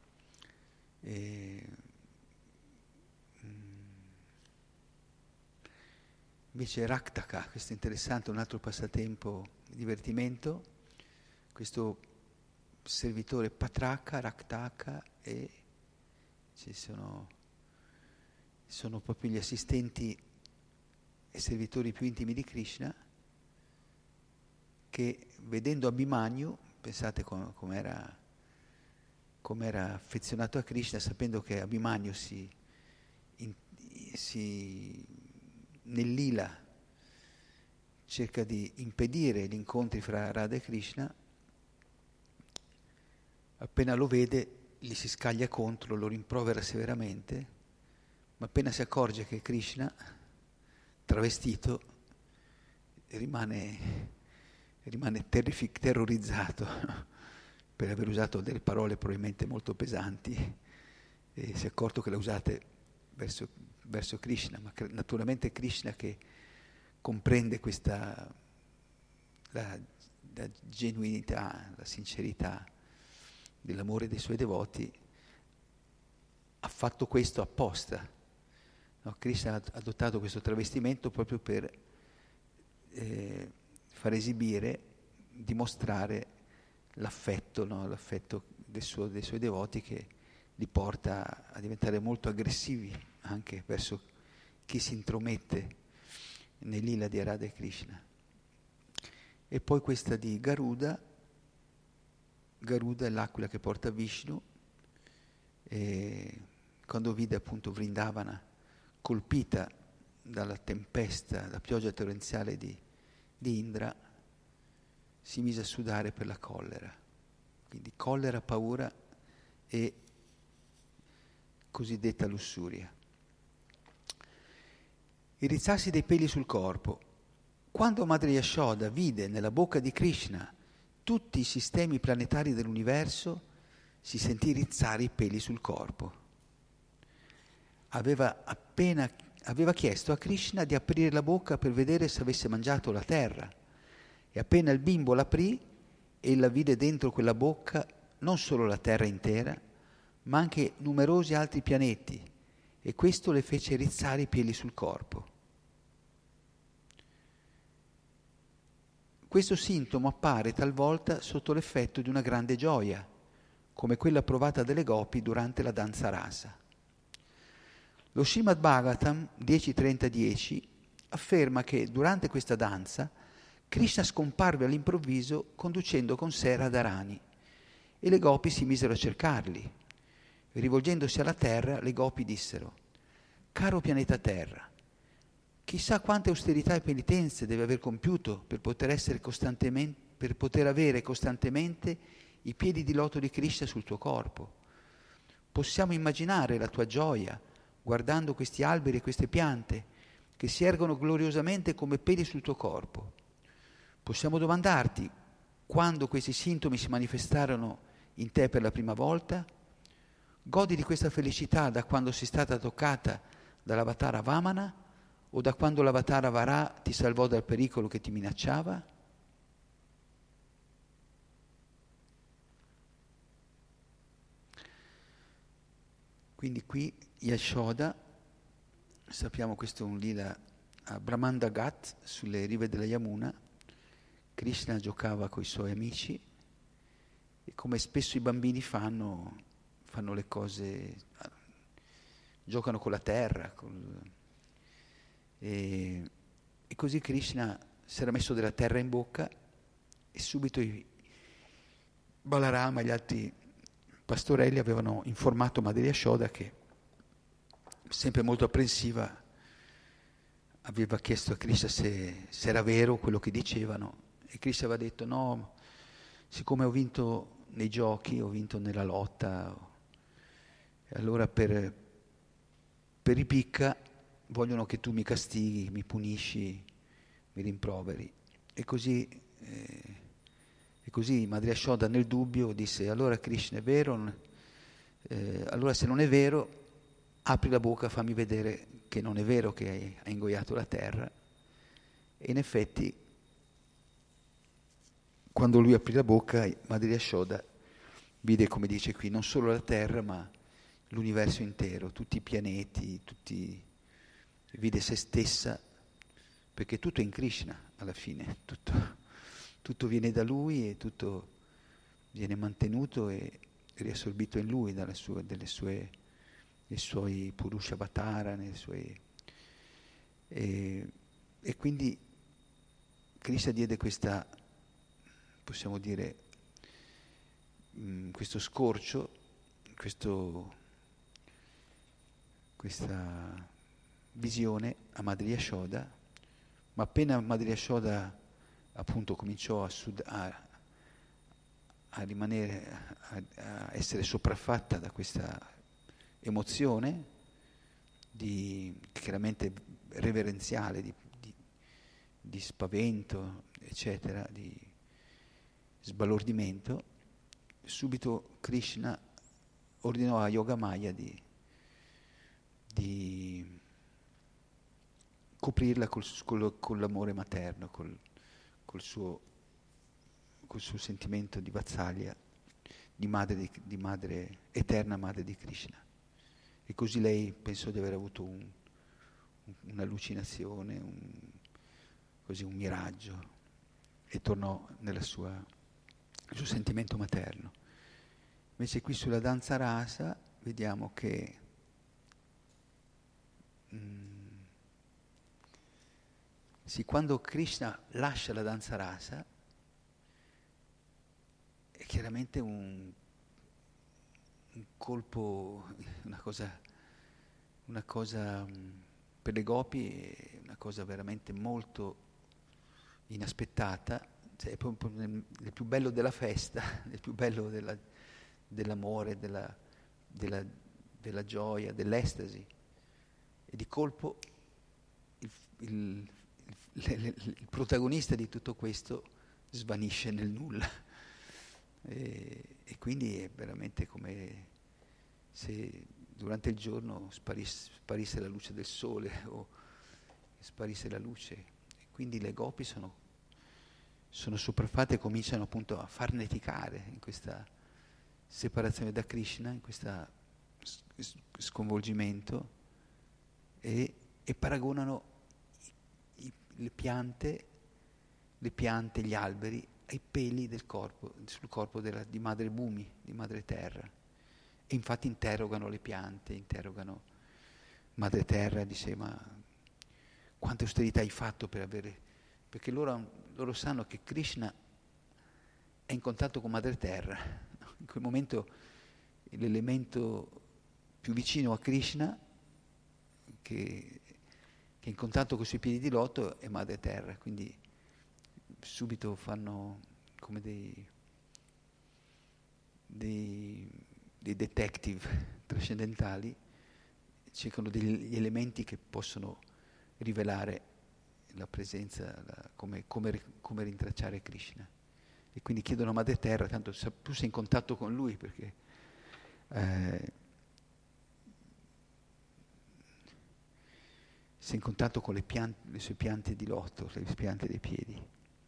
E, mm, invece Raktaka, questo è interessante, un altro passatempo di divertimento, questo servitore Patraka, Raktaka, e ci sono, sono proprio gli assistenti e servitori più intimi di Krishna, che vedendo Abhimanyu, pensate com- com'era, com'era affezionato a Krishna, sapendo che Abhimanyu si, in, si nel lila cerca di impedire gli incontri fra Radha e Krishna, appena lo vede gli si scaglia contro, lo rimprovera severamente, ma appena si accorge che Krishna, travestito, rimane, rimane terrific, terrorizzato per aver usato delle parole probabilmente molto pesanti, e si è accorto che le ha usate verso, verso Krishna, ma naturalmente Krishna, che comprende questa, la, la genuinità, la sincerità dell'amore dei suoi devoti, ha fatto questo apposta. No? Krishna ha adottato questo travestimento proprio per eh, far esibire, dimostrare l'affetto, no? L'affetto del suo, dei suoi devoti, che li porta a diventare molto aggressivi anche verso chi si intromette nei lila di Radha e Krishna. E poi questa di Garuda. Garuda è l'aquila che porta Vishnu, e quando vide appunto Vrindavana colpita dalla tempesta, dalla pioggia torrenziale di, di Indra, si mise a sudare per la collera. Quindi collera, paura e cosiddetta lussuria. Il rizzarsi dei peli sul corpo. Quando Madre Yashoda vide nella bocca di Krishna tutti i sistemi planetari dell'universo, si sentì rizzare i peli sul corpo. Aveva appena aveva chiesto a Krishna di aprire la bocca per vedere se avesse mangiato la terra, e appena il bimbo l'aprì, ella vide dentro quella bocca non solo la terra intera, ma anche numerosi altri pianeti, e questo le fece rizzare i peli sul corpo. Questo sintomo appare talvolta sotto l'effetto di una grande gioia, come quella provata dalle gopi durante la danza rasa. Lo Srimad Bhagavatam dieci trenta dieci afferma che durante questa danza Krishna scomparve all'improvviso conducendo con sé Radharani, e le gopi si misero a cercarli. Rivolgendosi alla terra, le gopi dissero: «Caro pianeta Terra, chissà quante austerità e penitenze deve aver compiuto per poter, essere costantemente, per poter avere costantemente i piedi di loto di Krishna sul tuo corpo. Possiamo immaginare la tua gioia guardando questi alberi e queste piante che si ergono gloriosamente come peli sul tuo corpo. Possiamo domandarti quando questi sintomi si manifestarono in te per la prima volta? Godi di questa felicità da quando sei stata toccata dall'avatara Vamana, o da quando l'avatara Vara ti salvò dal pericolo che ti minacciava?» Quindi qui Yashoda, sappiamo questo è un lila a Brahmanda Ghat, sulle rive della Yamuna. Krishna giocava con i suoi amici e, come spesso i bambini fanno, fanno le cose, giocano con la terra. Col, e, e così Krishna si era messo della terra in bocca, e subito i Balarama e gli altri pastorelli avevano informato Madre Yashoda, che, sempre molto apprensiva, aveva chiesto a Krishna se, se era vero quello che dicevano, e Krishna aveva detto: no, siccome ho vinto nei giochi, ho vinto nella lotta, e allora per, per ripicca vogliono che tu mi castighi, mi punisci, mi rimproveri. E così eh, E così Madre Yashoda, nel dubbio, disse: allora Krishna è vero? Eh, allora se non è vero, apri la bocca, fammi vedere che non è vero che hai, hai ingoiato la terra. E in effetti, quando lui aprì la bocca, Madre Yashoda vide, come dice qui, non solo la terra, ma l'universo intero, tutti i pianeti, tutti, vide se stessa, perché tutto è in Krishna alla fine, tutto. Tutto viene da lui e tutto viene mantenuto e riassorbito in lui dalle sue, delle sue, dei suoi Purusha Avatara, nei suoi, e, e quindi Krishna diede questa, possiamo dire, mh, questo scorcio, questo, questa visione a Madre Yashoda, ma appena Madre Yashoda appunto cominciò a, sud- a, a rimanere, a, a essere sopraffatta da questa emozione di, chiaramente reverenziale, di, di, di spavento, eccetera, di sbalordimento, subito Krishna ordinò a Yogamaya di, di coprirla col, col, con l'amore materno, col, col suo, col suo sentimento di Vatsalya, di madre, di, di madre, eterna madre di Krishna. E così lei pensò di aver avuto un, un, un'allucinazione, un, così un miraggio, e tornò nella sua, nel suo sentimento materno. Invece qui sulla danza rasa vediamo che mm, sì, quando Krishna lascia la danza rasa è chiaramente un, un colpo, una cosa, una cosa mh, per le gopi è una cosa veramente molto inaspettata, cioè è proprio nel, nel più bello della festa, nel più bello della, dell'amore, della, della, della gioia, dell'estasi, e di colpo il, il, il, il, il protagonista di tutto questo svanisce nel nulla. E, e quindi è veramente come se durante il giorno sparisse, sparisse la luce del sole o sparisse la luce. E quindi le gopi sono, sono sopraffatte e cominciano appunto a farneticare in questa separazione da Krishna, in questo sconvolgimento, e, e paragonano i, i, le piante, le piante, gli alberi ai peli del corpo, sul corpo della, di madre Bhumi, di madre terra. E infatti interrogano le piante, interrogano madre terra, dice: ma quanta austerità hai fatto per avere... Perché loro, loro sanno che Krishna è in contatto con madre terra. In quel momento l'elemento più vicino a Krishna, che, che è in contatto con i suoi piedi di loto, è madre terra. Quindi subito fanno come dei, dei, dei detective trascendentali, cercano degli elementi che possono rivelare la presenza, la, come, come, come rintracciare Krishna. E quindi chiedono a Madre Terra, tanto tu sei in contatto con lui, perché eh, sei in contatto con le, piante, le sue piante di loto, le piante dei piedi.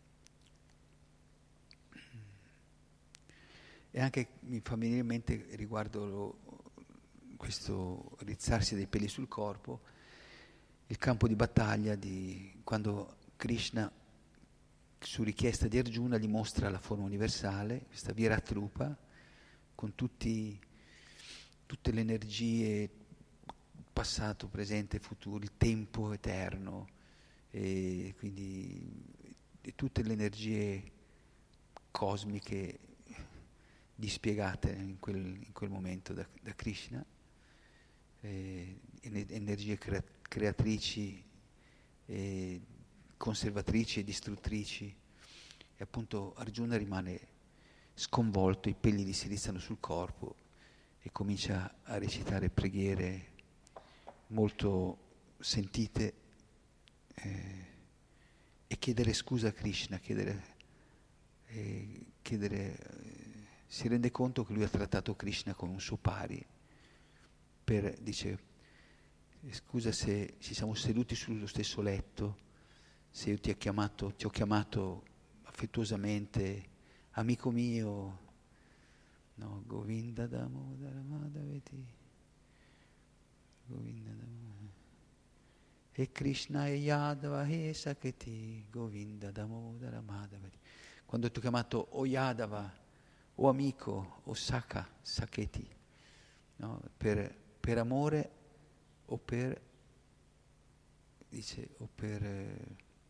E anche mi fa venire in mente riguardo lo, questo rizzarsi dei peli sul corpo, il campo di battaglia di quando Krishna, su richiesta di Arjuna, gli mostra la forma universale, questa Viratrupa, con tutti, tutte le energie, passato, presente, futuro, il tempo eterno, e quindi e tutte le energie cosmiche dispiegate in quel, in quel momento da, da Krishna, eh, energie crea, creatrici, eh, conservatrici e distruttrici, e appunto Arjuna rimane sconvolto, i peli gli si rizzano sul corpo e comincia a recitare preghiere molto sentite eh, e chiedere scusa a Krishna, chiedere, eh, chiedere eh, si rende conto che lui ha trattato Krishna come un suo pari, per, dice, scusa se ci siamo seduti sullo stesso letto, se io ti ho chiamato, ti ho chiamato affettuosamente amico mio, no, Govinda Damodara Madhaveti, Govinda Damodara, e Krishna e Yadava e Saketi, Govinda Damodara Madhaveti. Quando ti ho chiamato o Yadava, o amico, o Saka, Saketi, no? per, per amore o per, dice, o per eh,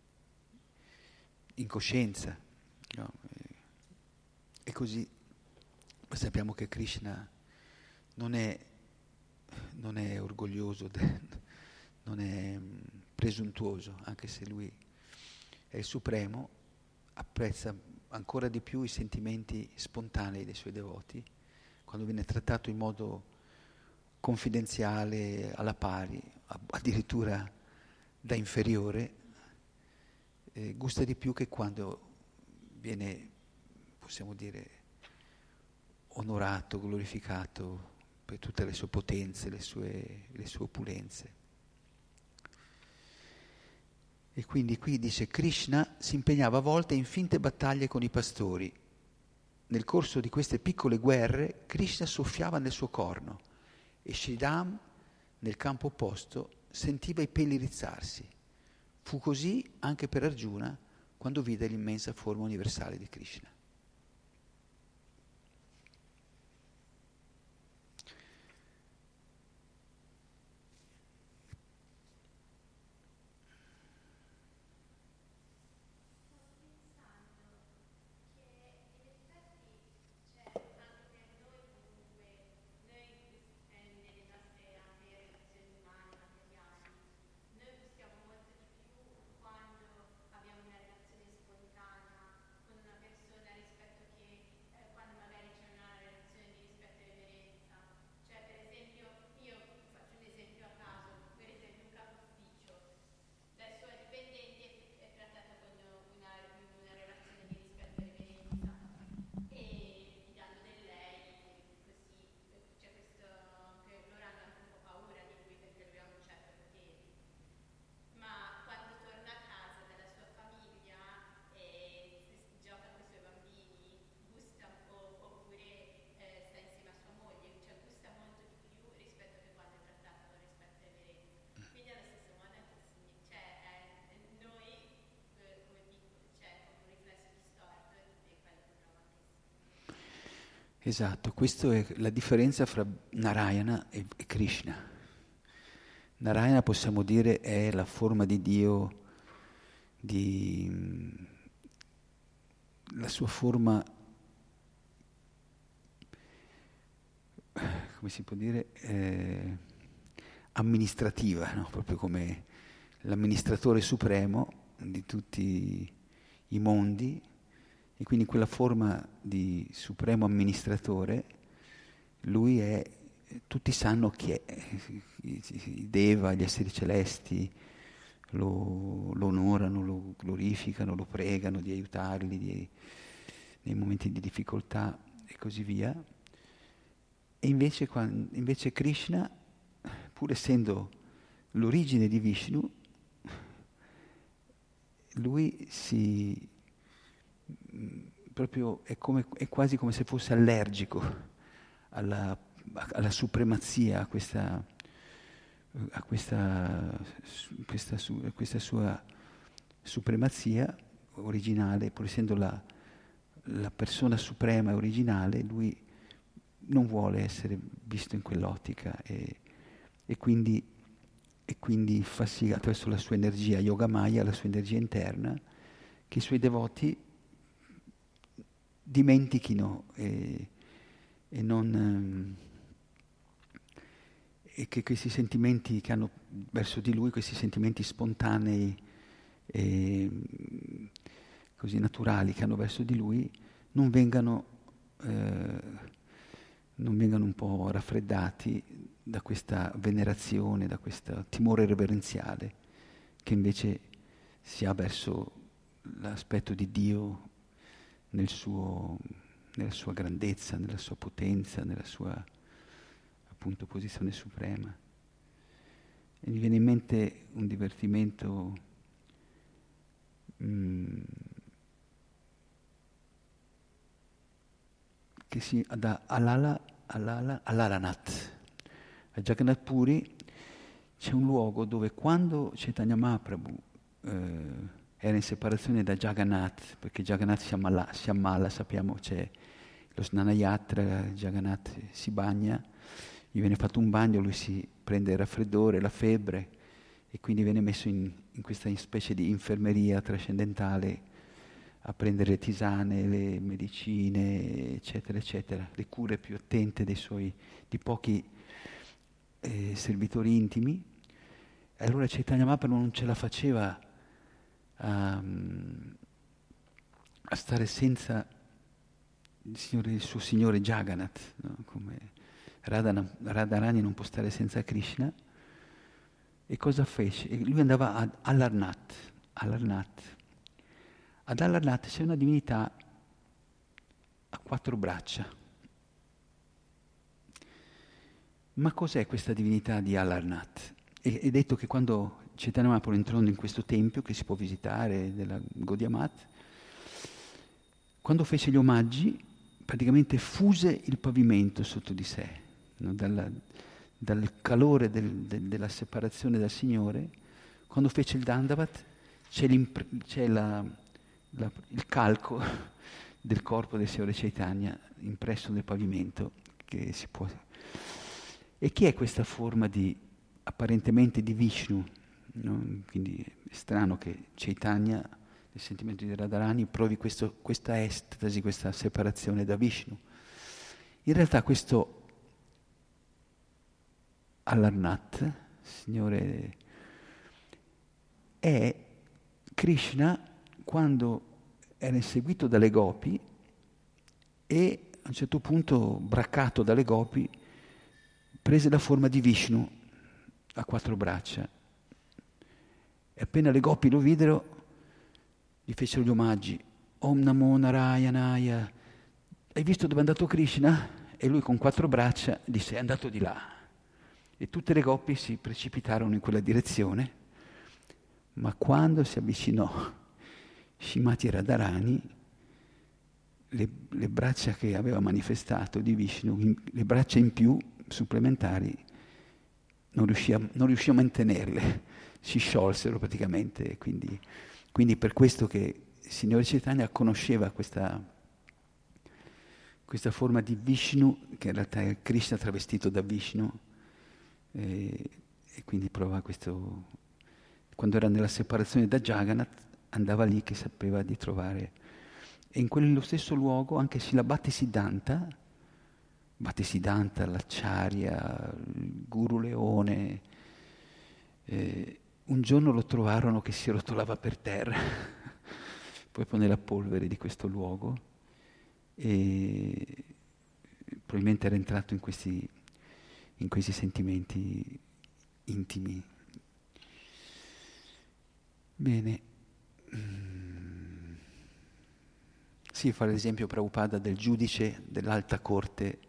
incoscienza, no? E, e così sappiamo che Krishna non è, non è orgoglioso, de, non è mh, presuntuoso, anche se lui è il supremo, apprezza ancora di più i sentimenti spontanei dei suoi devoti, quando viene trattato in modo confidenziale, alla pari, addirittura da inferiore, eh, gusta di più che quando viene, possiamo dire, onorato, glorificato per tutte le sue potenze, le sue, le sue opulenze. E quindi qui dice Krishna si impegnava a volte in finte battaglie con i pastori, nel corso di queste piccole guerre, Krishna soffiava nel suo corno e Sridham, nel campo opposto, sentiva i peli rizzarsi. Fu così anche per Arjuna quando vide l'immensa forma universale di Krishna. Esatto, questa è la differenza fra Narayana e, e Krishna. Narayana, possiamo dire, è la forma di Dio, di, la sua forma, come si può dire, eh, amministrativa, no? Proprio come l'amministratore supremo di tutti i mondi. E quindi in quella forma di supremo amministratore, lui è, tutti sanno chi è, i Deva, gli esseri celesti, lo, lo onorano, lo glorificano, lo pregano di aiutarli di, nei momenti di difficoltà e così via. E invece, quando, invece Krishna, pur essendo l'origine di Vishnu, lui si... proprio è, come, è quasi come se fosse allergico alla, alla supremazia, a questa, a questa, questa, su, questa sua supremazia originale, pur essendo la, la persona suprema e originale, lui non vuole essere visto in quell'ottica e, e, quindi, e quindi fa sì, attraverso la sua energia Yogamaya, la sua energia interna, che i suoi devoti dimentichino e, e non e che questi sentimenti che hanno verso di lui, questi sentimenti spontanei e così naturali che hanno verso di lui, non vengano eh, non vengano un po' raffreddati da questa venerazione, da questo timore reverenziale che invece si ha verso l'aspetto di Dio nel suo, nella sua grandezza, nella sua potenza, nella sua appunto posizione suprema. E mi viene in mente un divertimento mm, che si da Alala, Alala, Alalanath. A Jagannath Puri c'è un luogo dove quando Chaitanya Mahaprabhu eh, era in separazione da Jagannath, perché Jagannath si ammala, si ammala, sappiamo c'è lo Snanayatra, Jagannath si bagna, gli viene fatto un bagno, lui si prende il raffreddore, la febbre e quindi viene messo in, in questa specie di infermeria trascendentale a prendere le tisane, le medicine, eccetera, eccetera, le cure più attente dei suoi, di pochi eh, servitori intimi. E allora Chaitanya Mahaprabhu non ce la faceva a, a stare senza il, signore, il suo signore Jagannath, no? Come Radhana, Radharani non può stare senza Krishna. E cosa fece? E lui andava ad Alarnath. Alarnath. Ad Alarnath c'è una divinità a quattro braccia. Ma cos'è questa divinità di Alarnath? È, è detto che quando Chaitanya Mahaprabhu entrò in questo tempio che si può visitare della Gaudiya Math, quando fece gli omaggi praticamente fuse il pavimento sotto di sé, no? Dalla, dal calore del, del, della separazione dal Signore. Quando fece il Dandavat c'è, c'è la, la, il calco del corpo del Signore Chaitanya impresso nel pavimento che si può. E chi è questa forma di apparentemente di Vishnu? No? Quindi è strano che Chaitanya, nel sentimento di Radharani, provi questo, questa estasi, questa separazione da Vishnu. In realtà questo Alarnath, Signore, è Krishna quando era inseguito dalle gopi e a un certo punto, braccato dalle gopi, prese la forma di Vishnu a quattro braccia. E appena le gopi lo videro, gli fecero gli omaggi. Om Namo Narayanaya. Hai visto dove è andato Krishna? E lui con quattro braccia disse: è andato di là. E tutte le gopi si precipitarono in quella direzione, ma quando si avvicinò Srimati Radharani, le, le braccia che aveva manifestato di Vishnu, in, le braccia in più, supplementari, non riuscì a, non riuscì a mantenerle, si sciolsero praticamente. Quindi, quindi per questo che il Signore Chaitanya conosceva questa, questa forma di Vishnu, che in realtà è Krishna travestito da Vishnu, e, e quindi prova questo. Quando era nella separazione da Jagannath, andava lì che sapeva di trovare. E in quello stesso luogo anche Srila Bhaktisiddhanta, Bhaktisiddhanta, l'Acciarya, il Guru Leone, eh, un giorno lo trovarono che si rotolava per terra, proprio nella polvere di questo luogo, e probabilmente era entrato in questi, in questi sentimenti intimi. Bene. Mm. Sì, fa l'esempio Prabhupada del giudice dell'alta corte,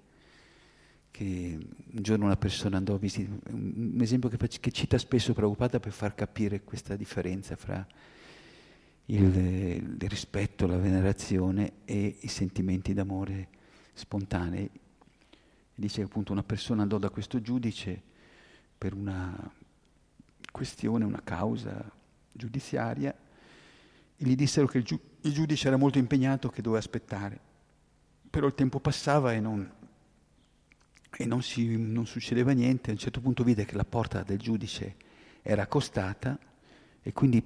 che un giorno una persona andò a visitare, un esempio che, che cita spesso Prabhupada per far capire questa differenza fra il, il rispetto, la venerazione e i sentimenti d'amore spontanei. Dice che appunto una persona andò da questo giudice per una questione, una causa giudiziaria, e gli dissero che il, giu- il giudice era molto impegnato, che doveva aspettare. Però il tempo passava e non, e non, si, non succedeva niente. A un certo punto vide che la porta del giudice era accostata e quindi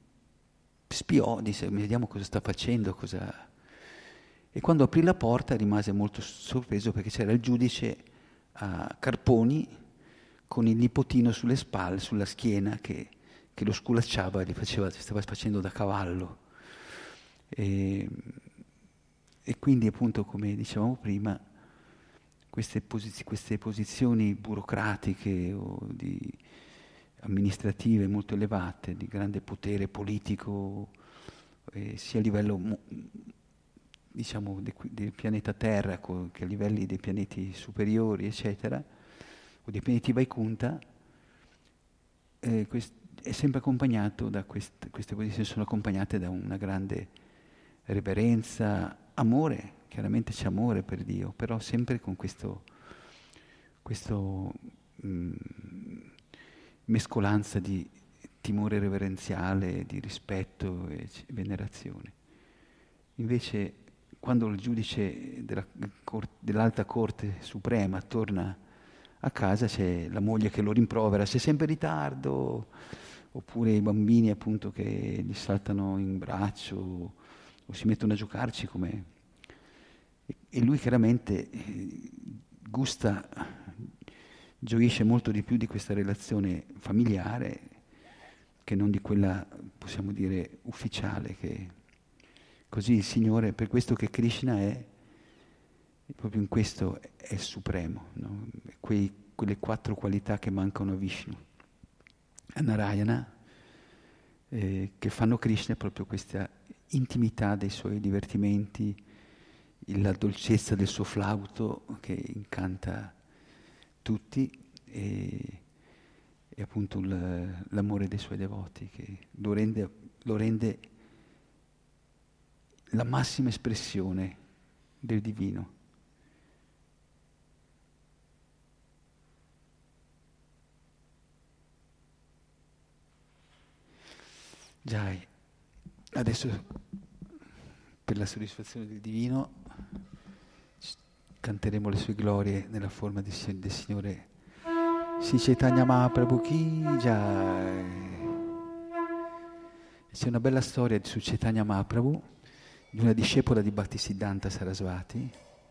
spiò, disse: vediamo cosa sta facendo, cosa... E quando aprì la porta rimase molto sorpreso perché c'era il giudice a carponi con il nipotino sulle spalle, sulla schiena, che, che lo sculacciava e gli faceva, stava facendo da cavallo. E, e quindi appunto, come dicevamo prima, queste, posiz- queste posizioni burocratiche o di amministrative molto elevate, di grande potere politico, eh, sia a livello mo- diciamo de- del pianeta Terra co- che a livelli dei pianeti superiori, eccetera, o dei pianeti Vaikunta, eh, quest- è sempre accompagnato da quest- queste posizioni sono accompagnate da una grande reverenza, amore, chiaramente c'è amore per Dio, però sempre con questo, questo mh, mescolanza di timore reverenziale, di rispetto e c- venerazione. Invece, quando il giudice della, cor- dell'Alta Corte Suprema torna a casa, c'è la moglie che lo rimprovera: sei sempre in ritardo, oppure i bambini appunto che gli saltano in braccio o, o si mettono a giocarci come... E, e lui chiaramente eh, gusta, gioisce molto di più di questa relazione familiare che non di quella, possiamo dire, ufficiale. Che così il Signore, per questo che Krishna è, proprio in questo è supremo, no? Quei, quelle quattro qualità che mancano a Vishnu, a Narayana, eh, che fanno Krishna, proprio questa intimità dei suoi divertimenti, la dolcezza del suo flauto che incanta tutti, e, e appunto il, l'amore dei suoi devoti che lo rende, lo rende la massima espressione del divino. Jai, adesso per la soddisfazione del divino canteremo le sue glorie nella forma del, del Signore Sri Chaitanya Mahaprabhu Ki Jai. C'è una bella storia su Chaitanya Mahaprabhu, di una discepola di Bhaktisiddhanta Sarasvati.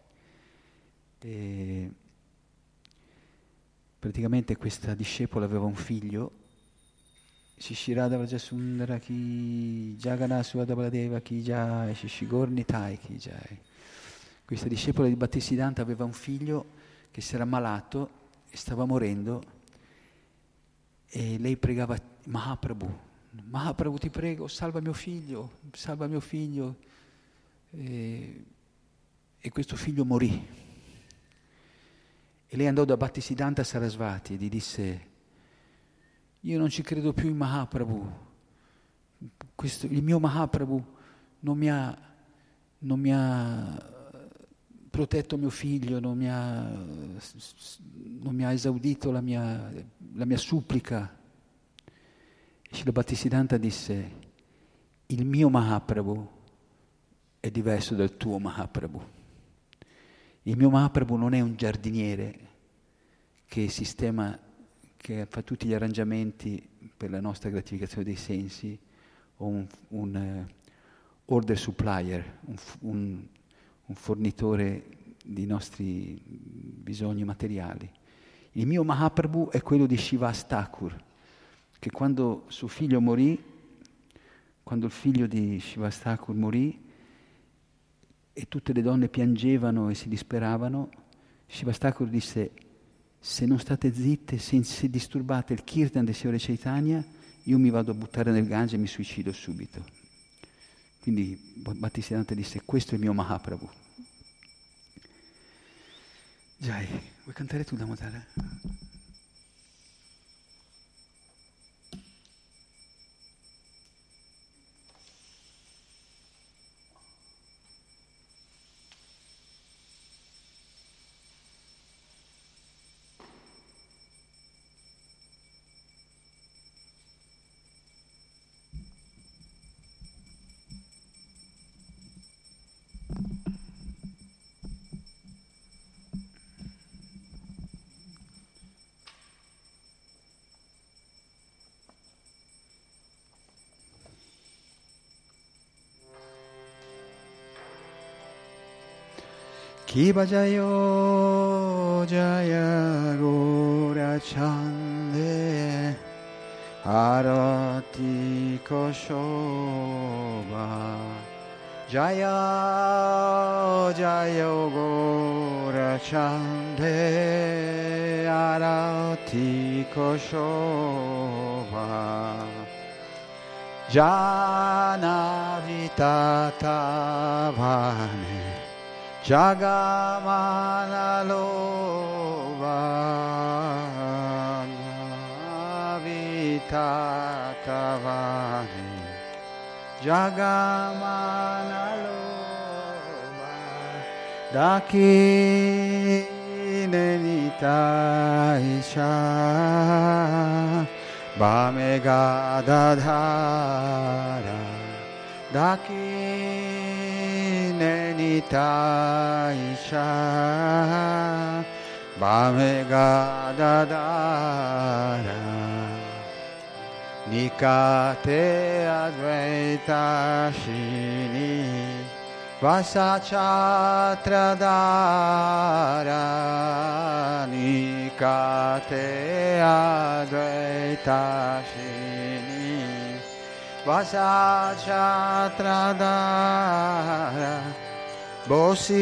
E praticamente questa discepola aveva un figlio, Shishirada Vrajasundara Ki Jagana Suvada Baladeva Ki Jai, Shishigor Nitai Ki Jai. Questa discepola di Bhaktisiddhanta aveva un figlio che si era ammalato e stava morendo e lei pregava Mahaprabhu. Mahaprabhu, ti prego, salva mio figlio, salva mio figlio. E, e questo figlio morì. E lei andò da Bhaktisiddhanta Sarasvati e gli disse: io non ci credo più in Mahaprabhu. Questo, il mio Mahaprabhu non mi ha, non mi ha protetto mio figlio, non mi ha, non mi ha esaudito la mia, la mia supplica. Srila Bhaktisiddhanta disse: il mio Mahaprabhu è diverso dal tuo Mahaprabhu. Il mio Mahaprabhu non è un giardiniere che sistema, che fa tutti gli arrangiamenti per la nostra gratificazione dei sensi, o un, un uh, order supplier, un, un, un fornitore di nostri bisogni materiali. Il mio Mahaprabhu è quello di Srivas Thakur, che quando suo figlio morì, quando il figlio di Srivas Thakur morì e tutte le donne piangevano e si disperavano, Srivas Thakur disse: se non state zitte, se, se disturbate il kirtan del Signore Chaitanya, io mi vado a buttare nel Gange e mi suicido subito. Quindi Bhaktisiddhanta disse: questo è il mio Mahaprabhu. Jai, vuoi cantare tu, Damodara? Kiba Jayo Jaya Gora Chande Arati Koshoba Jaya Jaya Gora Chande Arati Koshoba Jana Vitata Vane Jagamana Loba Vitatavani Jagamana Loba Dakinenita Isha Bamega Dadhara Dakinenita Nita Isha Bamega Dadara Nikate Advaita Shini Vasachatradara Nikate Advaita Shini Vasachatradara Bosi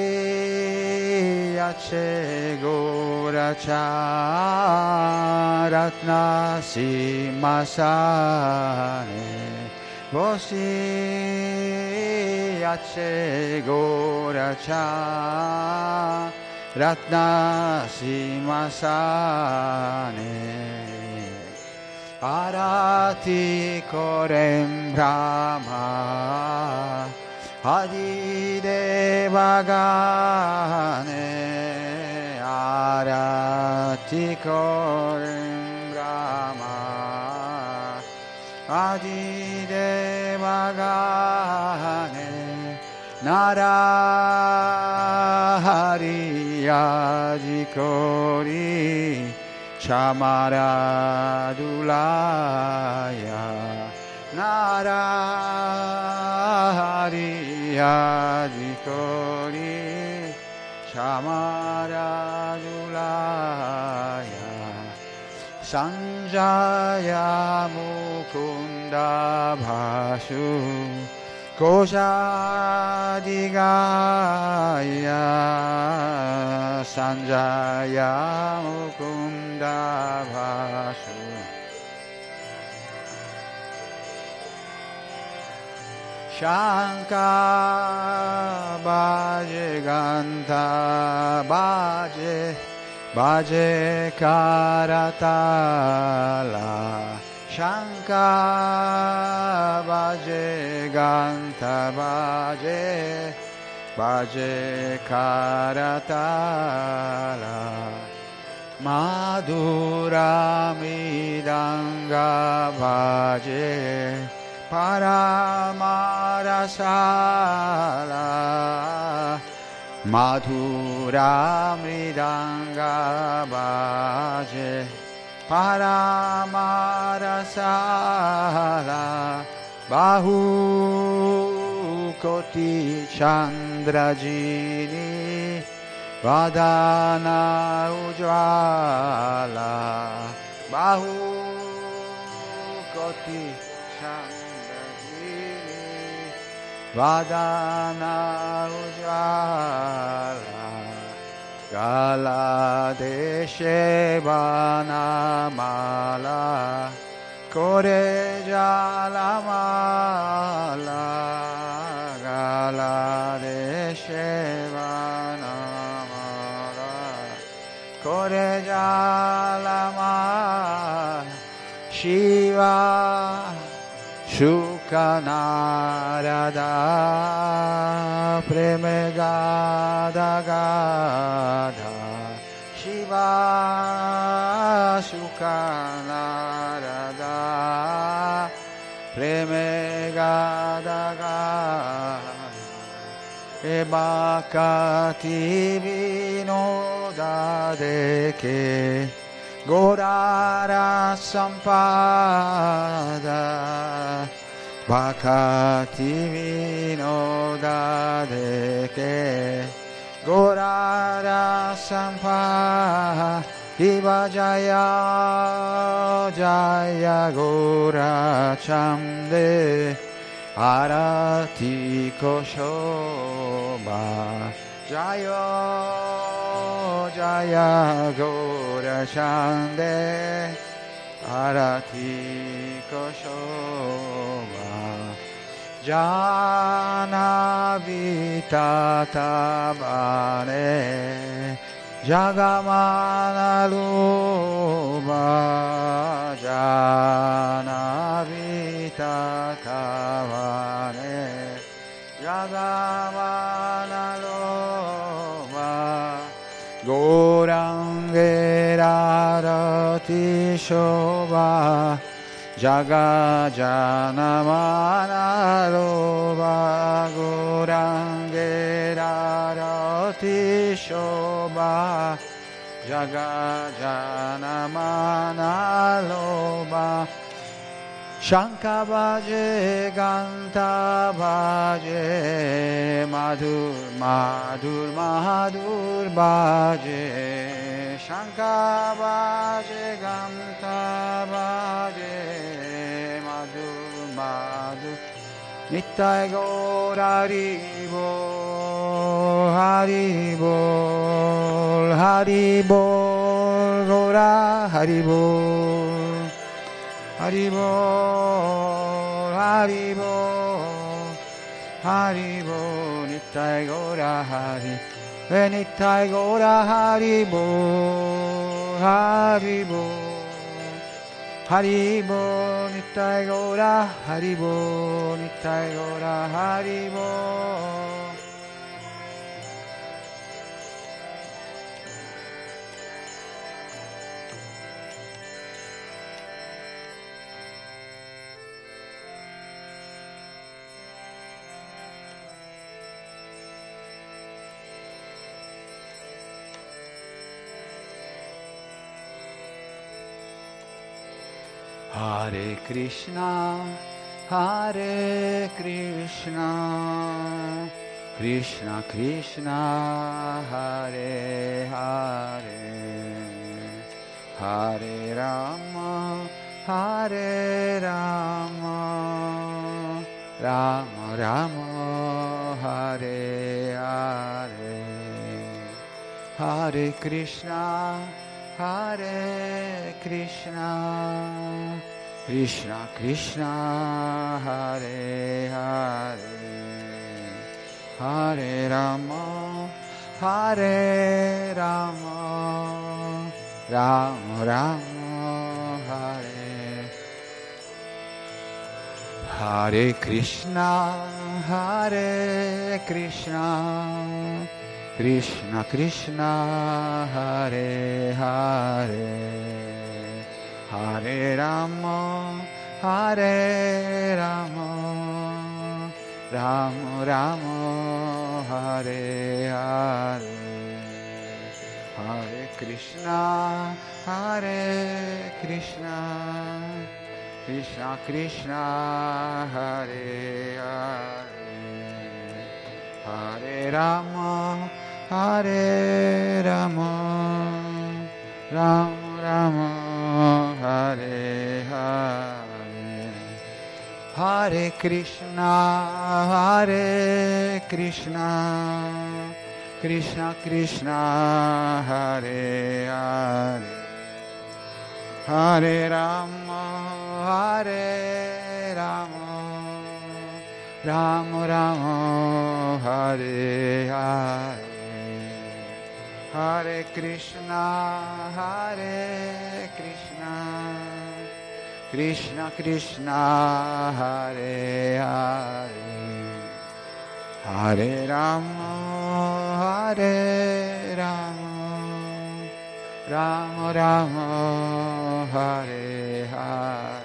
Ache Goracha Ratna Simasane Bosi Ache Goracha Ratna Simasane Arati Korem Brahma Adideva Gane Arati Korim Brahma Adideva Gane Narahari Adikori Chamaradulaya Narahari Adikori Chamaradulaya Sanjaya Mukunda Bhasu Kojadigaya Sanjaya Mukunda Bhasu Shanka Bhaje Ganta Bhaje Bhaje Karatala Shanka Bhaje Ganta Bhaje Bhaje Karatala Madhura Midanga Bhaje Paramarasala Madhura Mridanga Bhaje Paramarasala Bahu Koti Chandrajini Vadana Ujvala Bahu Koti Vadana Ujvala Gala Deshe Vanamala Kore Jalamala Gala Deshe Vanamala Kore Jalamala Shiva Shukanarada Premegada Gada Shiva Shukanarada Premegada Gada Ebakati Vinoda Deke Gorara Sampada Bhakati Vinoda Deke Gorara Sampada Iva Jaya Jaya Gora Chande Arati Koshoba Jaya Jaya Gora Chande Arati Koshoba Jana Vitata Bane Jagamana Luba Jana Vitata Bane Jagamana Luba Gorangherarati Shobha Jaga Janamana Loba Gorangherarati Shobha Jaga Janamana Loba Shanka Bhaje Ganta Bhaje Madhur Madhur Mahadur Bhaje Shanka Bhaje Ganta Bhaje Madhur Madhur Nittai Gaur Haribol Haribol Haribol Gaura Haribol Haribol, Haribol, Haribol, Nittai Gaura Hari, Nittai Gaura Haribol, Haribol, Haribo Nittai Gaura, Haribo Nittai Gaura, Haribo. Hare Krishna, Hare Krishna, Krishna Krishna, Hare Hare, Hare Rama, Hare Rama, Rama Rama, Hare Hare, Hare Krishna, Hare Krishna, Krishna Krishna, Hare Hare, Hare Rama, Hare Rama, Rama Rama, Hare Hare Krishna, Hare Krishna, Krishna Krishna, Hare Hare, Hare Rama, Hare Rama, Rama Rama, Hare Hare, Hare Krishna, Hare Krishna, Krishna Krishna, Hare Hare, Hare Rama, Hare Rama, Rama Rama, Hare Hare, Hare Krishna, Hare Krishna, Krishna Krishna, Hare Hare, Hare Rama, Hare Rama, Rama Rama, Hare Hare, Hare Krishna, Hare Krishna, Krishna Krishna, Hare Hare, Hare Rama, Hare Rama, Rama Rama, Hare Hare,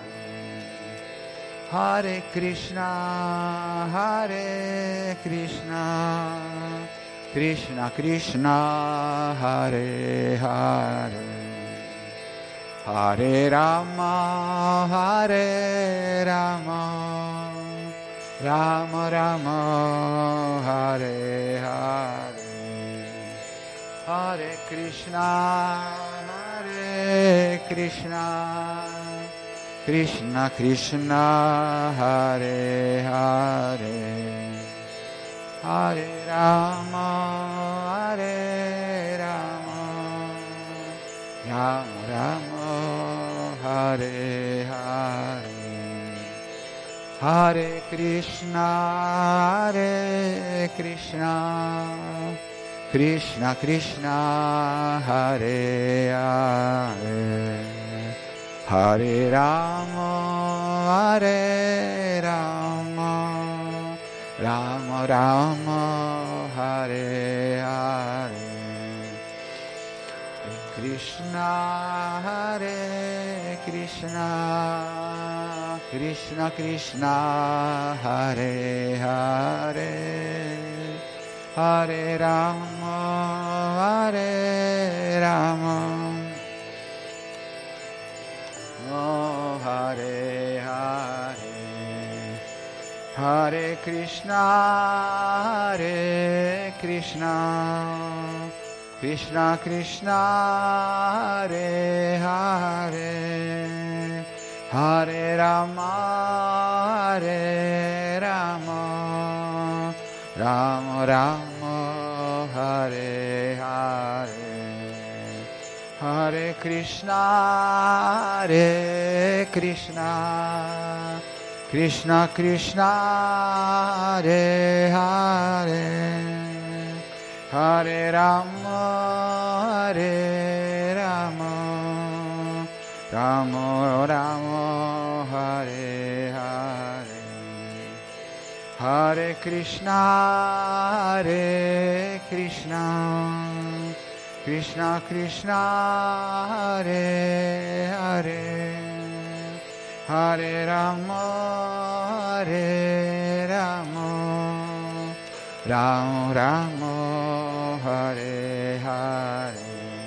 Hare Krishna, Hare Krishna, Krishna Krishna, Hare Hare, Hare Rama, Hare Rama, Rama Rama, Hare Hare, Hare Krishna, Hare Krishna, Krishna Krishna, Hare Hare, Hare Rama, Hare Rama, Rama Rama, Hare Hare, Hare Krishna, Hare Krishna, Krishna Krishna, Hare Hare, Hare Rama, Hare Rama, Rama Rama, Hare Hare, Krishna, Hare Krishna, Krishna Krishna, Hare Hare, Hare Rama, Hare Rama, Oh Hare Hare, Hare Krishna, Hare Krishna, Krishna Krishna, Hare Hare, Hare Rama, Hare Rama, Rama Rama, Hare Hare, Hare Krishna, Hare Krishna, Krishna Krishna, Hare Hare, Hare Rama, Hare Rama, Ramo Ramo Hare Hare Hare Krishna Hare Krishna Krishna Krishna Hare Hare Hare Rama Hare Rama Ramo Ramo Hare Hare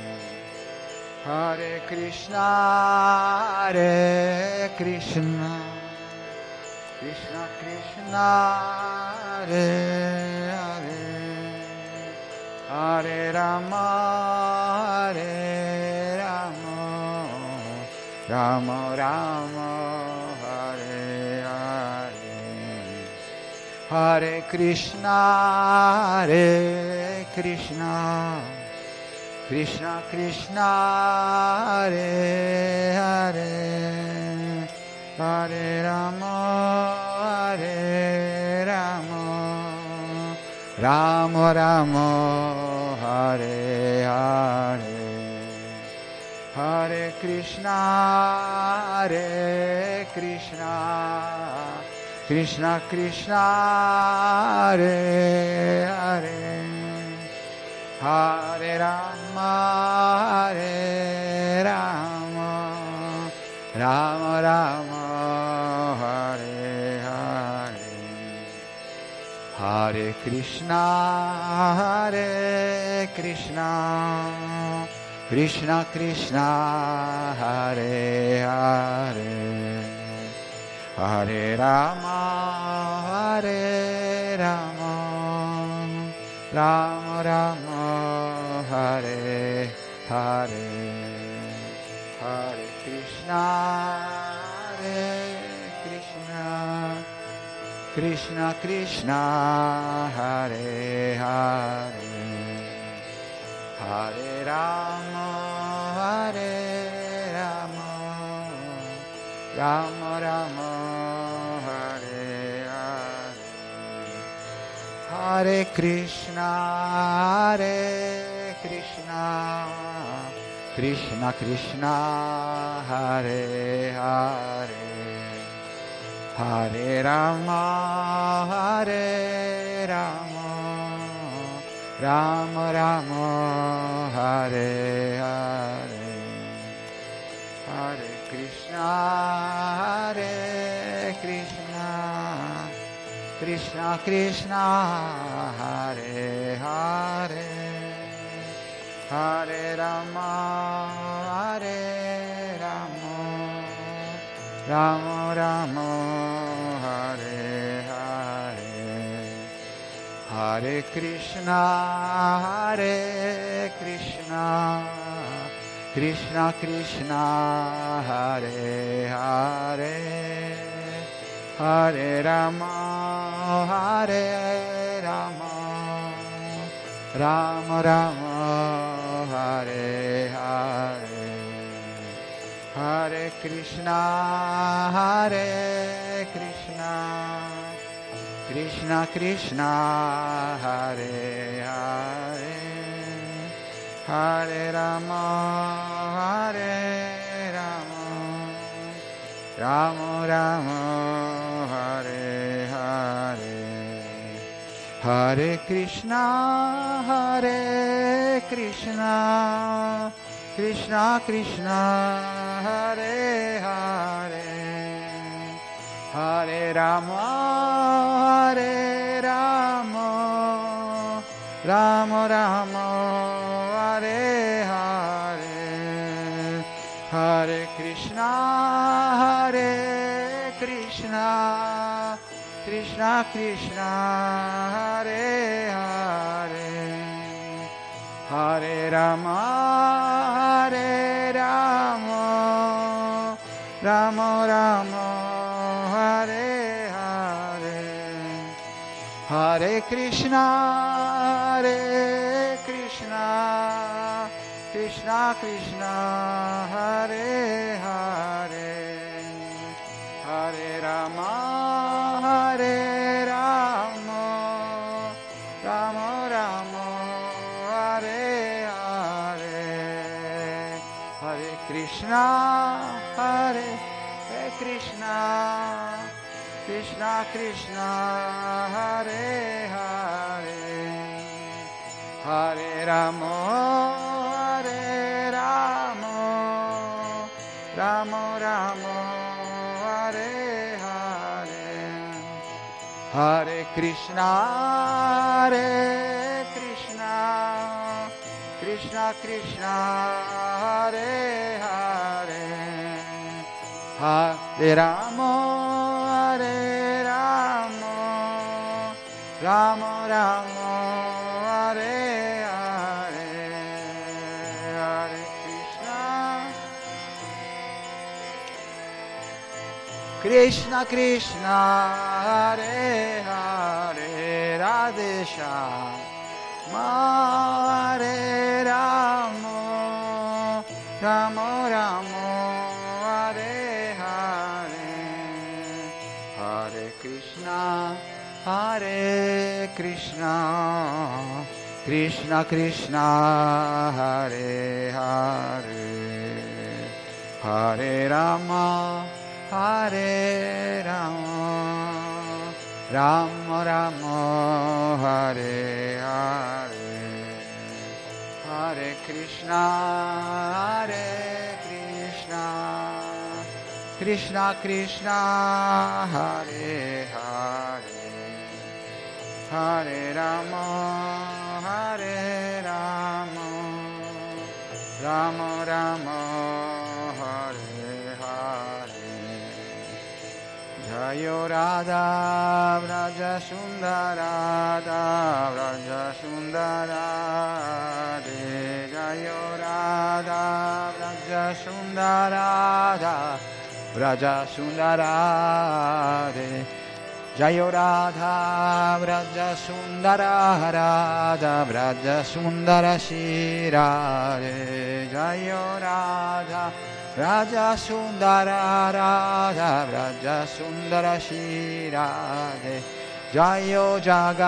Hare Krishna Hare Krishna Krishna Krishna Hare Hare Hare Rama Hare Rama Rama Rama Hare Hare Hare Krishna Hare Krishna Krishna Krishna Hare Hare Hare Rama Hare Rama Rama Rama Hare Hare Hare Krishna Hare Krishna Krishna Krishna Hare Hare Hare Rama Hare Rama Rama Rama Hare Hare Hare Krishna Hare Krishna Krishna Krishna Hare Hare Hare Rama Hare Rama Rama Rama Hare Hare Hare Krishna Hare Krishna Krishna Krishna Hare Hare Hare Rama Hare Rama Rama Rama Hare Hare Hare Krishna Hare Krishna Krishna Krishna Hare Hare Hare Rama Hare Rama Rama Rama Hare Hare Hare Krishna Hare Krishna Krishna Krishna Hare Hare Hare Rama Hare Rama Rama Rama Hare Hare Hare Krishna Hare Krishna Krishna Krishna Hare Hare Hare Rama Hare Rama Rama Rama Hare Hare Hare Krishna Hare Krishna Krishna Krishna Hare Hare Hare Rama Hare Rama Rama Rama Hare Hare Hare Krishna Hare Krishna Krishna Krishna Hare Hare Hare Rama Hare Rama Rama Rama Hare Hare Hare Krishna Hare Krishna Krishna Krishna Hare Hare Hare Rama Hare Rama Rama Rama Hare Hare Hare Krishna Hare Krishna Krishna Krishna Hare Hare Hare Rama Hare Rama Rama Rama Hare Hare Hare Krishna, Hare Krishna, Krishna Krishna, Hare Hare, Hare Ramo, Hare Ramo, Ramo Ramo, Hare Hare, Hare Krishna, Hare Krishna, Krishna Krishna, Hare Hare, Hare Ramo, Hare Ramo, Ramo Ramo, Hare Hare, Hare Krishna, Krishna Krishna, Hare Hare, Radhe Shyam, Hare Ramo, Ramo Ramo, Hare Hare, Hare Krishna, Hare Krishna, Krishna Krishna, Hare Hare, Hare Rama, Hare Rama, Rama Rama, Hare Hare, Hare Krishna, Hare Krishna, Krishna Krishna, Hare Hare, Hare Rama, Hare Rama, Rama Rama, Hare Hare, Jayo Radha Vraja Sundara, Radha Vraja Sundara, Jayo Radha Vraja Sundara, Radha Vraja Sundara, Jayo Radha Vraja Sundara, Radha Vraja Sundara Shira, Jayo Radha Vraja Sundara, Radha Vraja Sundara Shira, Jayo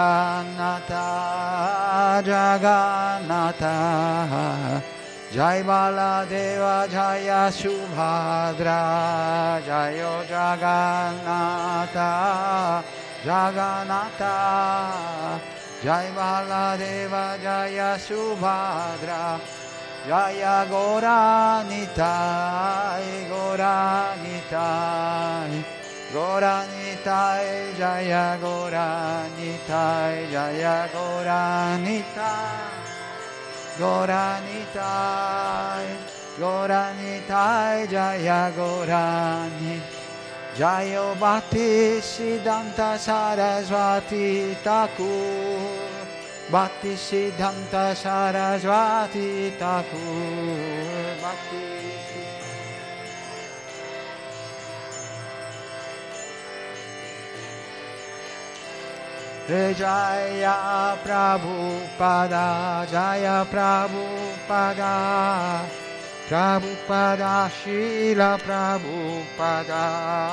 Jagannatha, Jagannatha, Jai Baladeva, Jaya Subhadra, Jayo Jagannatha, Jagannatha, Jai Baladeva, Jaya Subhadra, Jaya Goranitai, Goranitai, Goranitai, Jaya Goranitai, Jaya Goranitai, Goranitai, Goranitai, Jaya Gorani, Jayo Bhakti Siddhanta Saraswati Thakur, Bhakti Siddhanta Saraswati Thakur, Bhakti Jaya Prabhupada, Jaya Prabhupada, Prabhupada, Srila Prabhupada.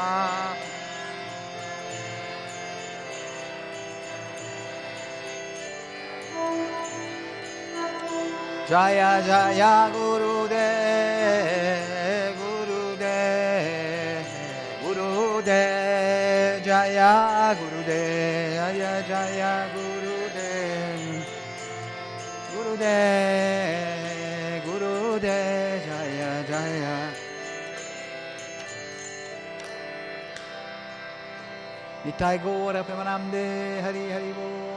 Jaya Jaya Gurudev, Gurudev, Gurudev, Jaya Gurudev, Jaya Jaya Gurudev, Gurudev, Gurudev, Jaya Jaya. Nitai Gora Premanamde, Hari Hari Bo.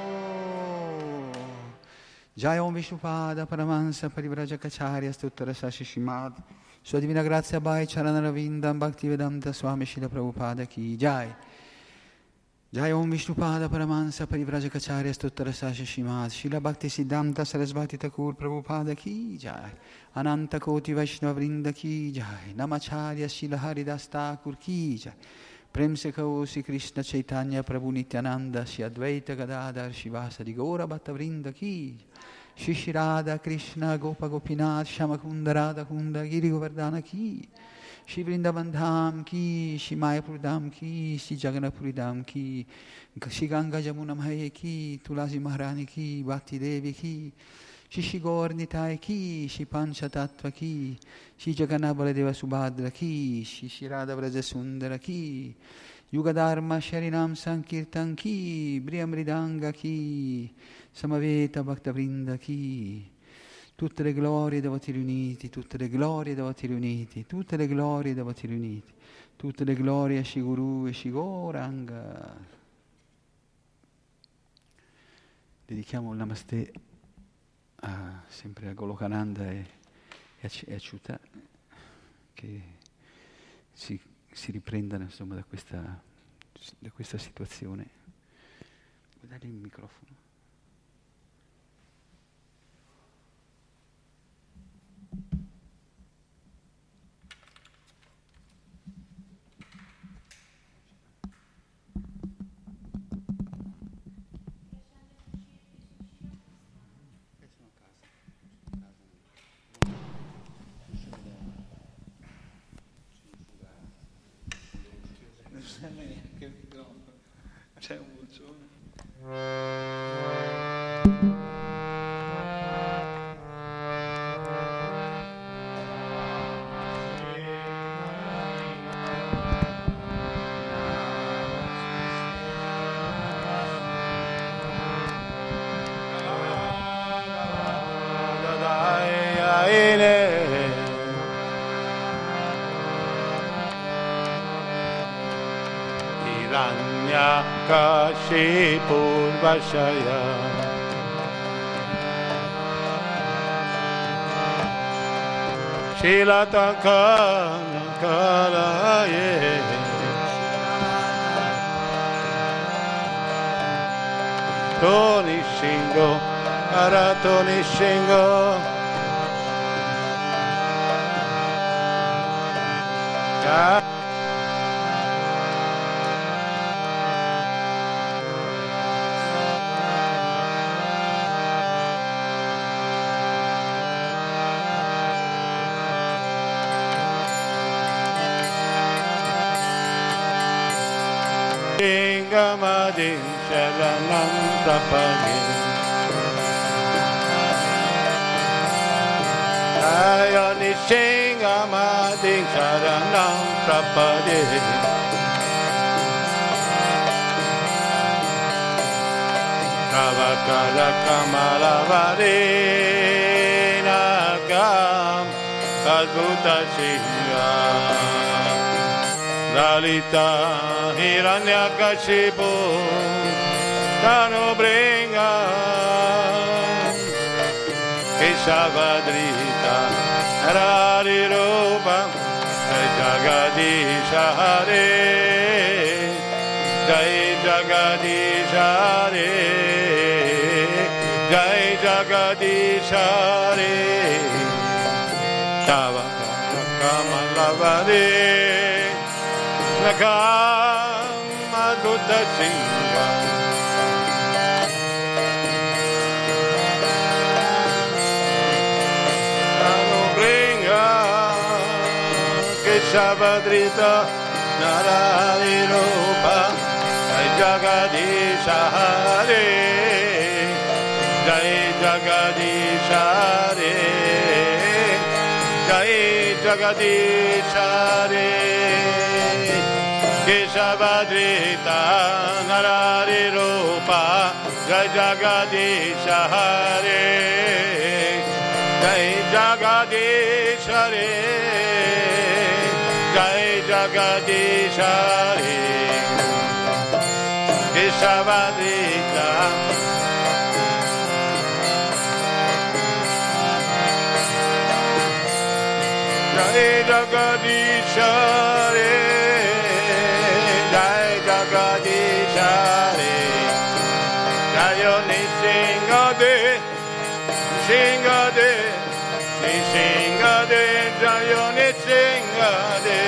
Jai Om Vishnupada Paramahansa Parivrajacacharya Stuttara Sashi Shimad Sua Divina Grazia Bhai Charanaravinda Bhaktivedanta Swami Srila Prabhupada Ki Jai Jai Om Vishnupada Paramahansa Parivrajacacharya Stuttara Sashi Shimad Srila Bhakti Siddhanta Sarasvati Thakur Prabhupada Ki Jai Ananta Koti Vaishnava Vrinda Ki Jai Namacharya Srila Haridas Thakur Ki Jai Prem se kao si Krishna Chaitanya Prabhu Nityananda Si Advaita Gadadhar Shivasa Di Gaura Bhatta Vrinda Ki Shri Radha Krishna Gopa Gopinath Shamakunda Radha Kunda Giri Govardhana Ki Shri Vrindavan Dham Ki Shri Mayapur Dham Ki Shri Jagannathpuri Dham Ki Shri Ganga Jamuna Mahaye Ki Tulasi Maharani Ki Bhakti Devi Ki Shishigornitai ki, Shipancha Tattva ki, Shijaganabala Deva Subhadra ki, Shishirada Vraja Sundara ki, Yugadharma Sharinam Sankirtan ki, Briamridanga ki, Samaveta Bhaktavrinda ki. Tutte le glorie devoti riuniti, tutte le glorie devoti riuniti, tutte le glorie devoti riuniti, tutte le glorie a Shiguru e Shigoranga. Dedichiamo il Namaste a, sempre a Golokananda e, e a Achyuta, che si, si riprendano insomma da questa, da questa situazione. Vuoi dargli il microfono? C'è un buccione. Kashipurvashaya Shilatakalaye Toni Shingo Aratoni Shingo Shingamadin Sharanam Prapade Ayani Shingamadin Sharanam Prapade Navakara Kamalavare Nagam Adbhuta Shinga Lalita Hiranyakashipu Tanu Bringa Keshavadrita Rari Rupa Jagadisha Hare Jai Jagadisha Hare Jai Jagadisha Hare Tava Kamalavare Nakam Adbhuta Shinga Tanu Bringa Keshavadrita Narari Rupa Jai Jagadisha Hare Jai Jagadisha Hare Jai Jagadisha Hare Keshavadrita Narari Rupa Jai Jagadisha Hare Jai Jagadisha Hare Jai Jagadisha Hare Keshavadrita Jai Jagadisha Hare Jagadisha Hare Jayo Nishingade Nishingade Nishingade Jayo Nishingade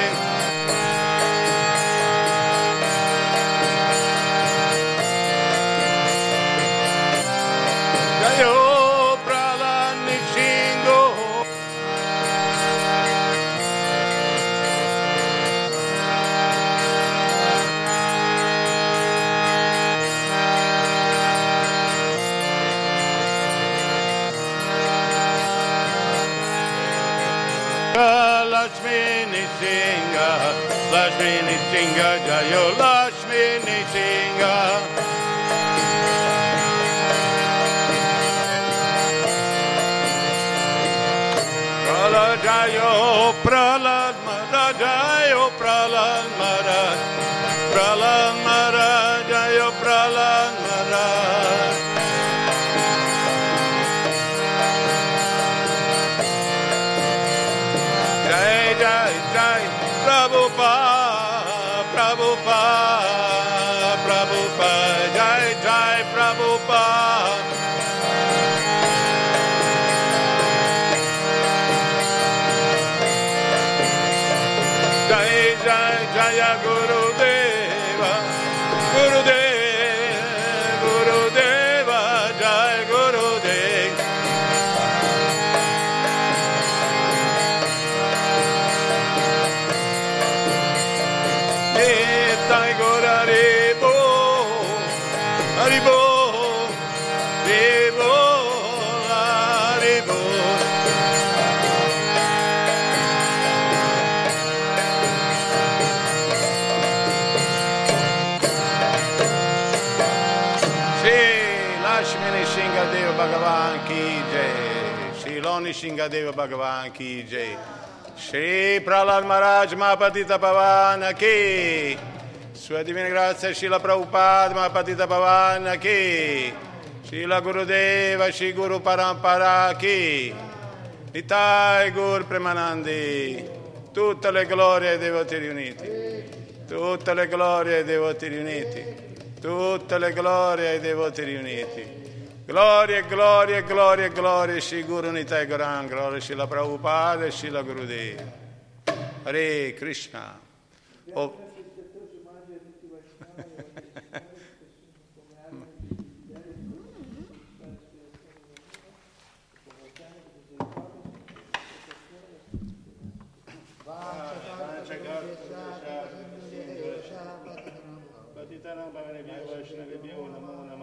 Jayo Prala Nishingo Nrisinga, Lakshmi Nrisinga, Lakshmi Nrisinga, Jayo Lakshmi Nrisinga. Pralad Jayo, Pralad Maharaj, Jayo Pralad Maharaj, Pralad Maharaj, Jayo Pralad Maharaj. Jai Jai Jai Prabhupada, Prabhupada, Prabhupada, Jai Jai Prabhupada. Jai Jai Jaya Gurudeva, Gurudeva, Gurudeva, Jai Gurudeva. Nitai Gora Haribo, Haribo, Haribo, Haribo. Lakshmi Nrisingadeva Bhagavan ki jai, Shri Loni Nrisingadeva Bhagavan ki jai, Shri Pralad Maharaj Mahapatita Pavana ki, Sua Divina Grazia Srila Prabhupada Mahapatita Pavana ki, Srila Gurudeva Shri Guru Parampara ki, Nitai Gur Premanandi, tutte le glorie ai devoti riuniti, tutte le glorie ai devoti riuniti. Tutte le glorie ai devoti riuniti. Gloria, gloria, gloria, gloria, Shri Guru Nitai Gauranga, gloria Srila Prabhupada e Srila Gurudeva. Hare Krishna. Oh. Patitanam Bhavane Vyo Vaishnavebhyo Namo Namo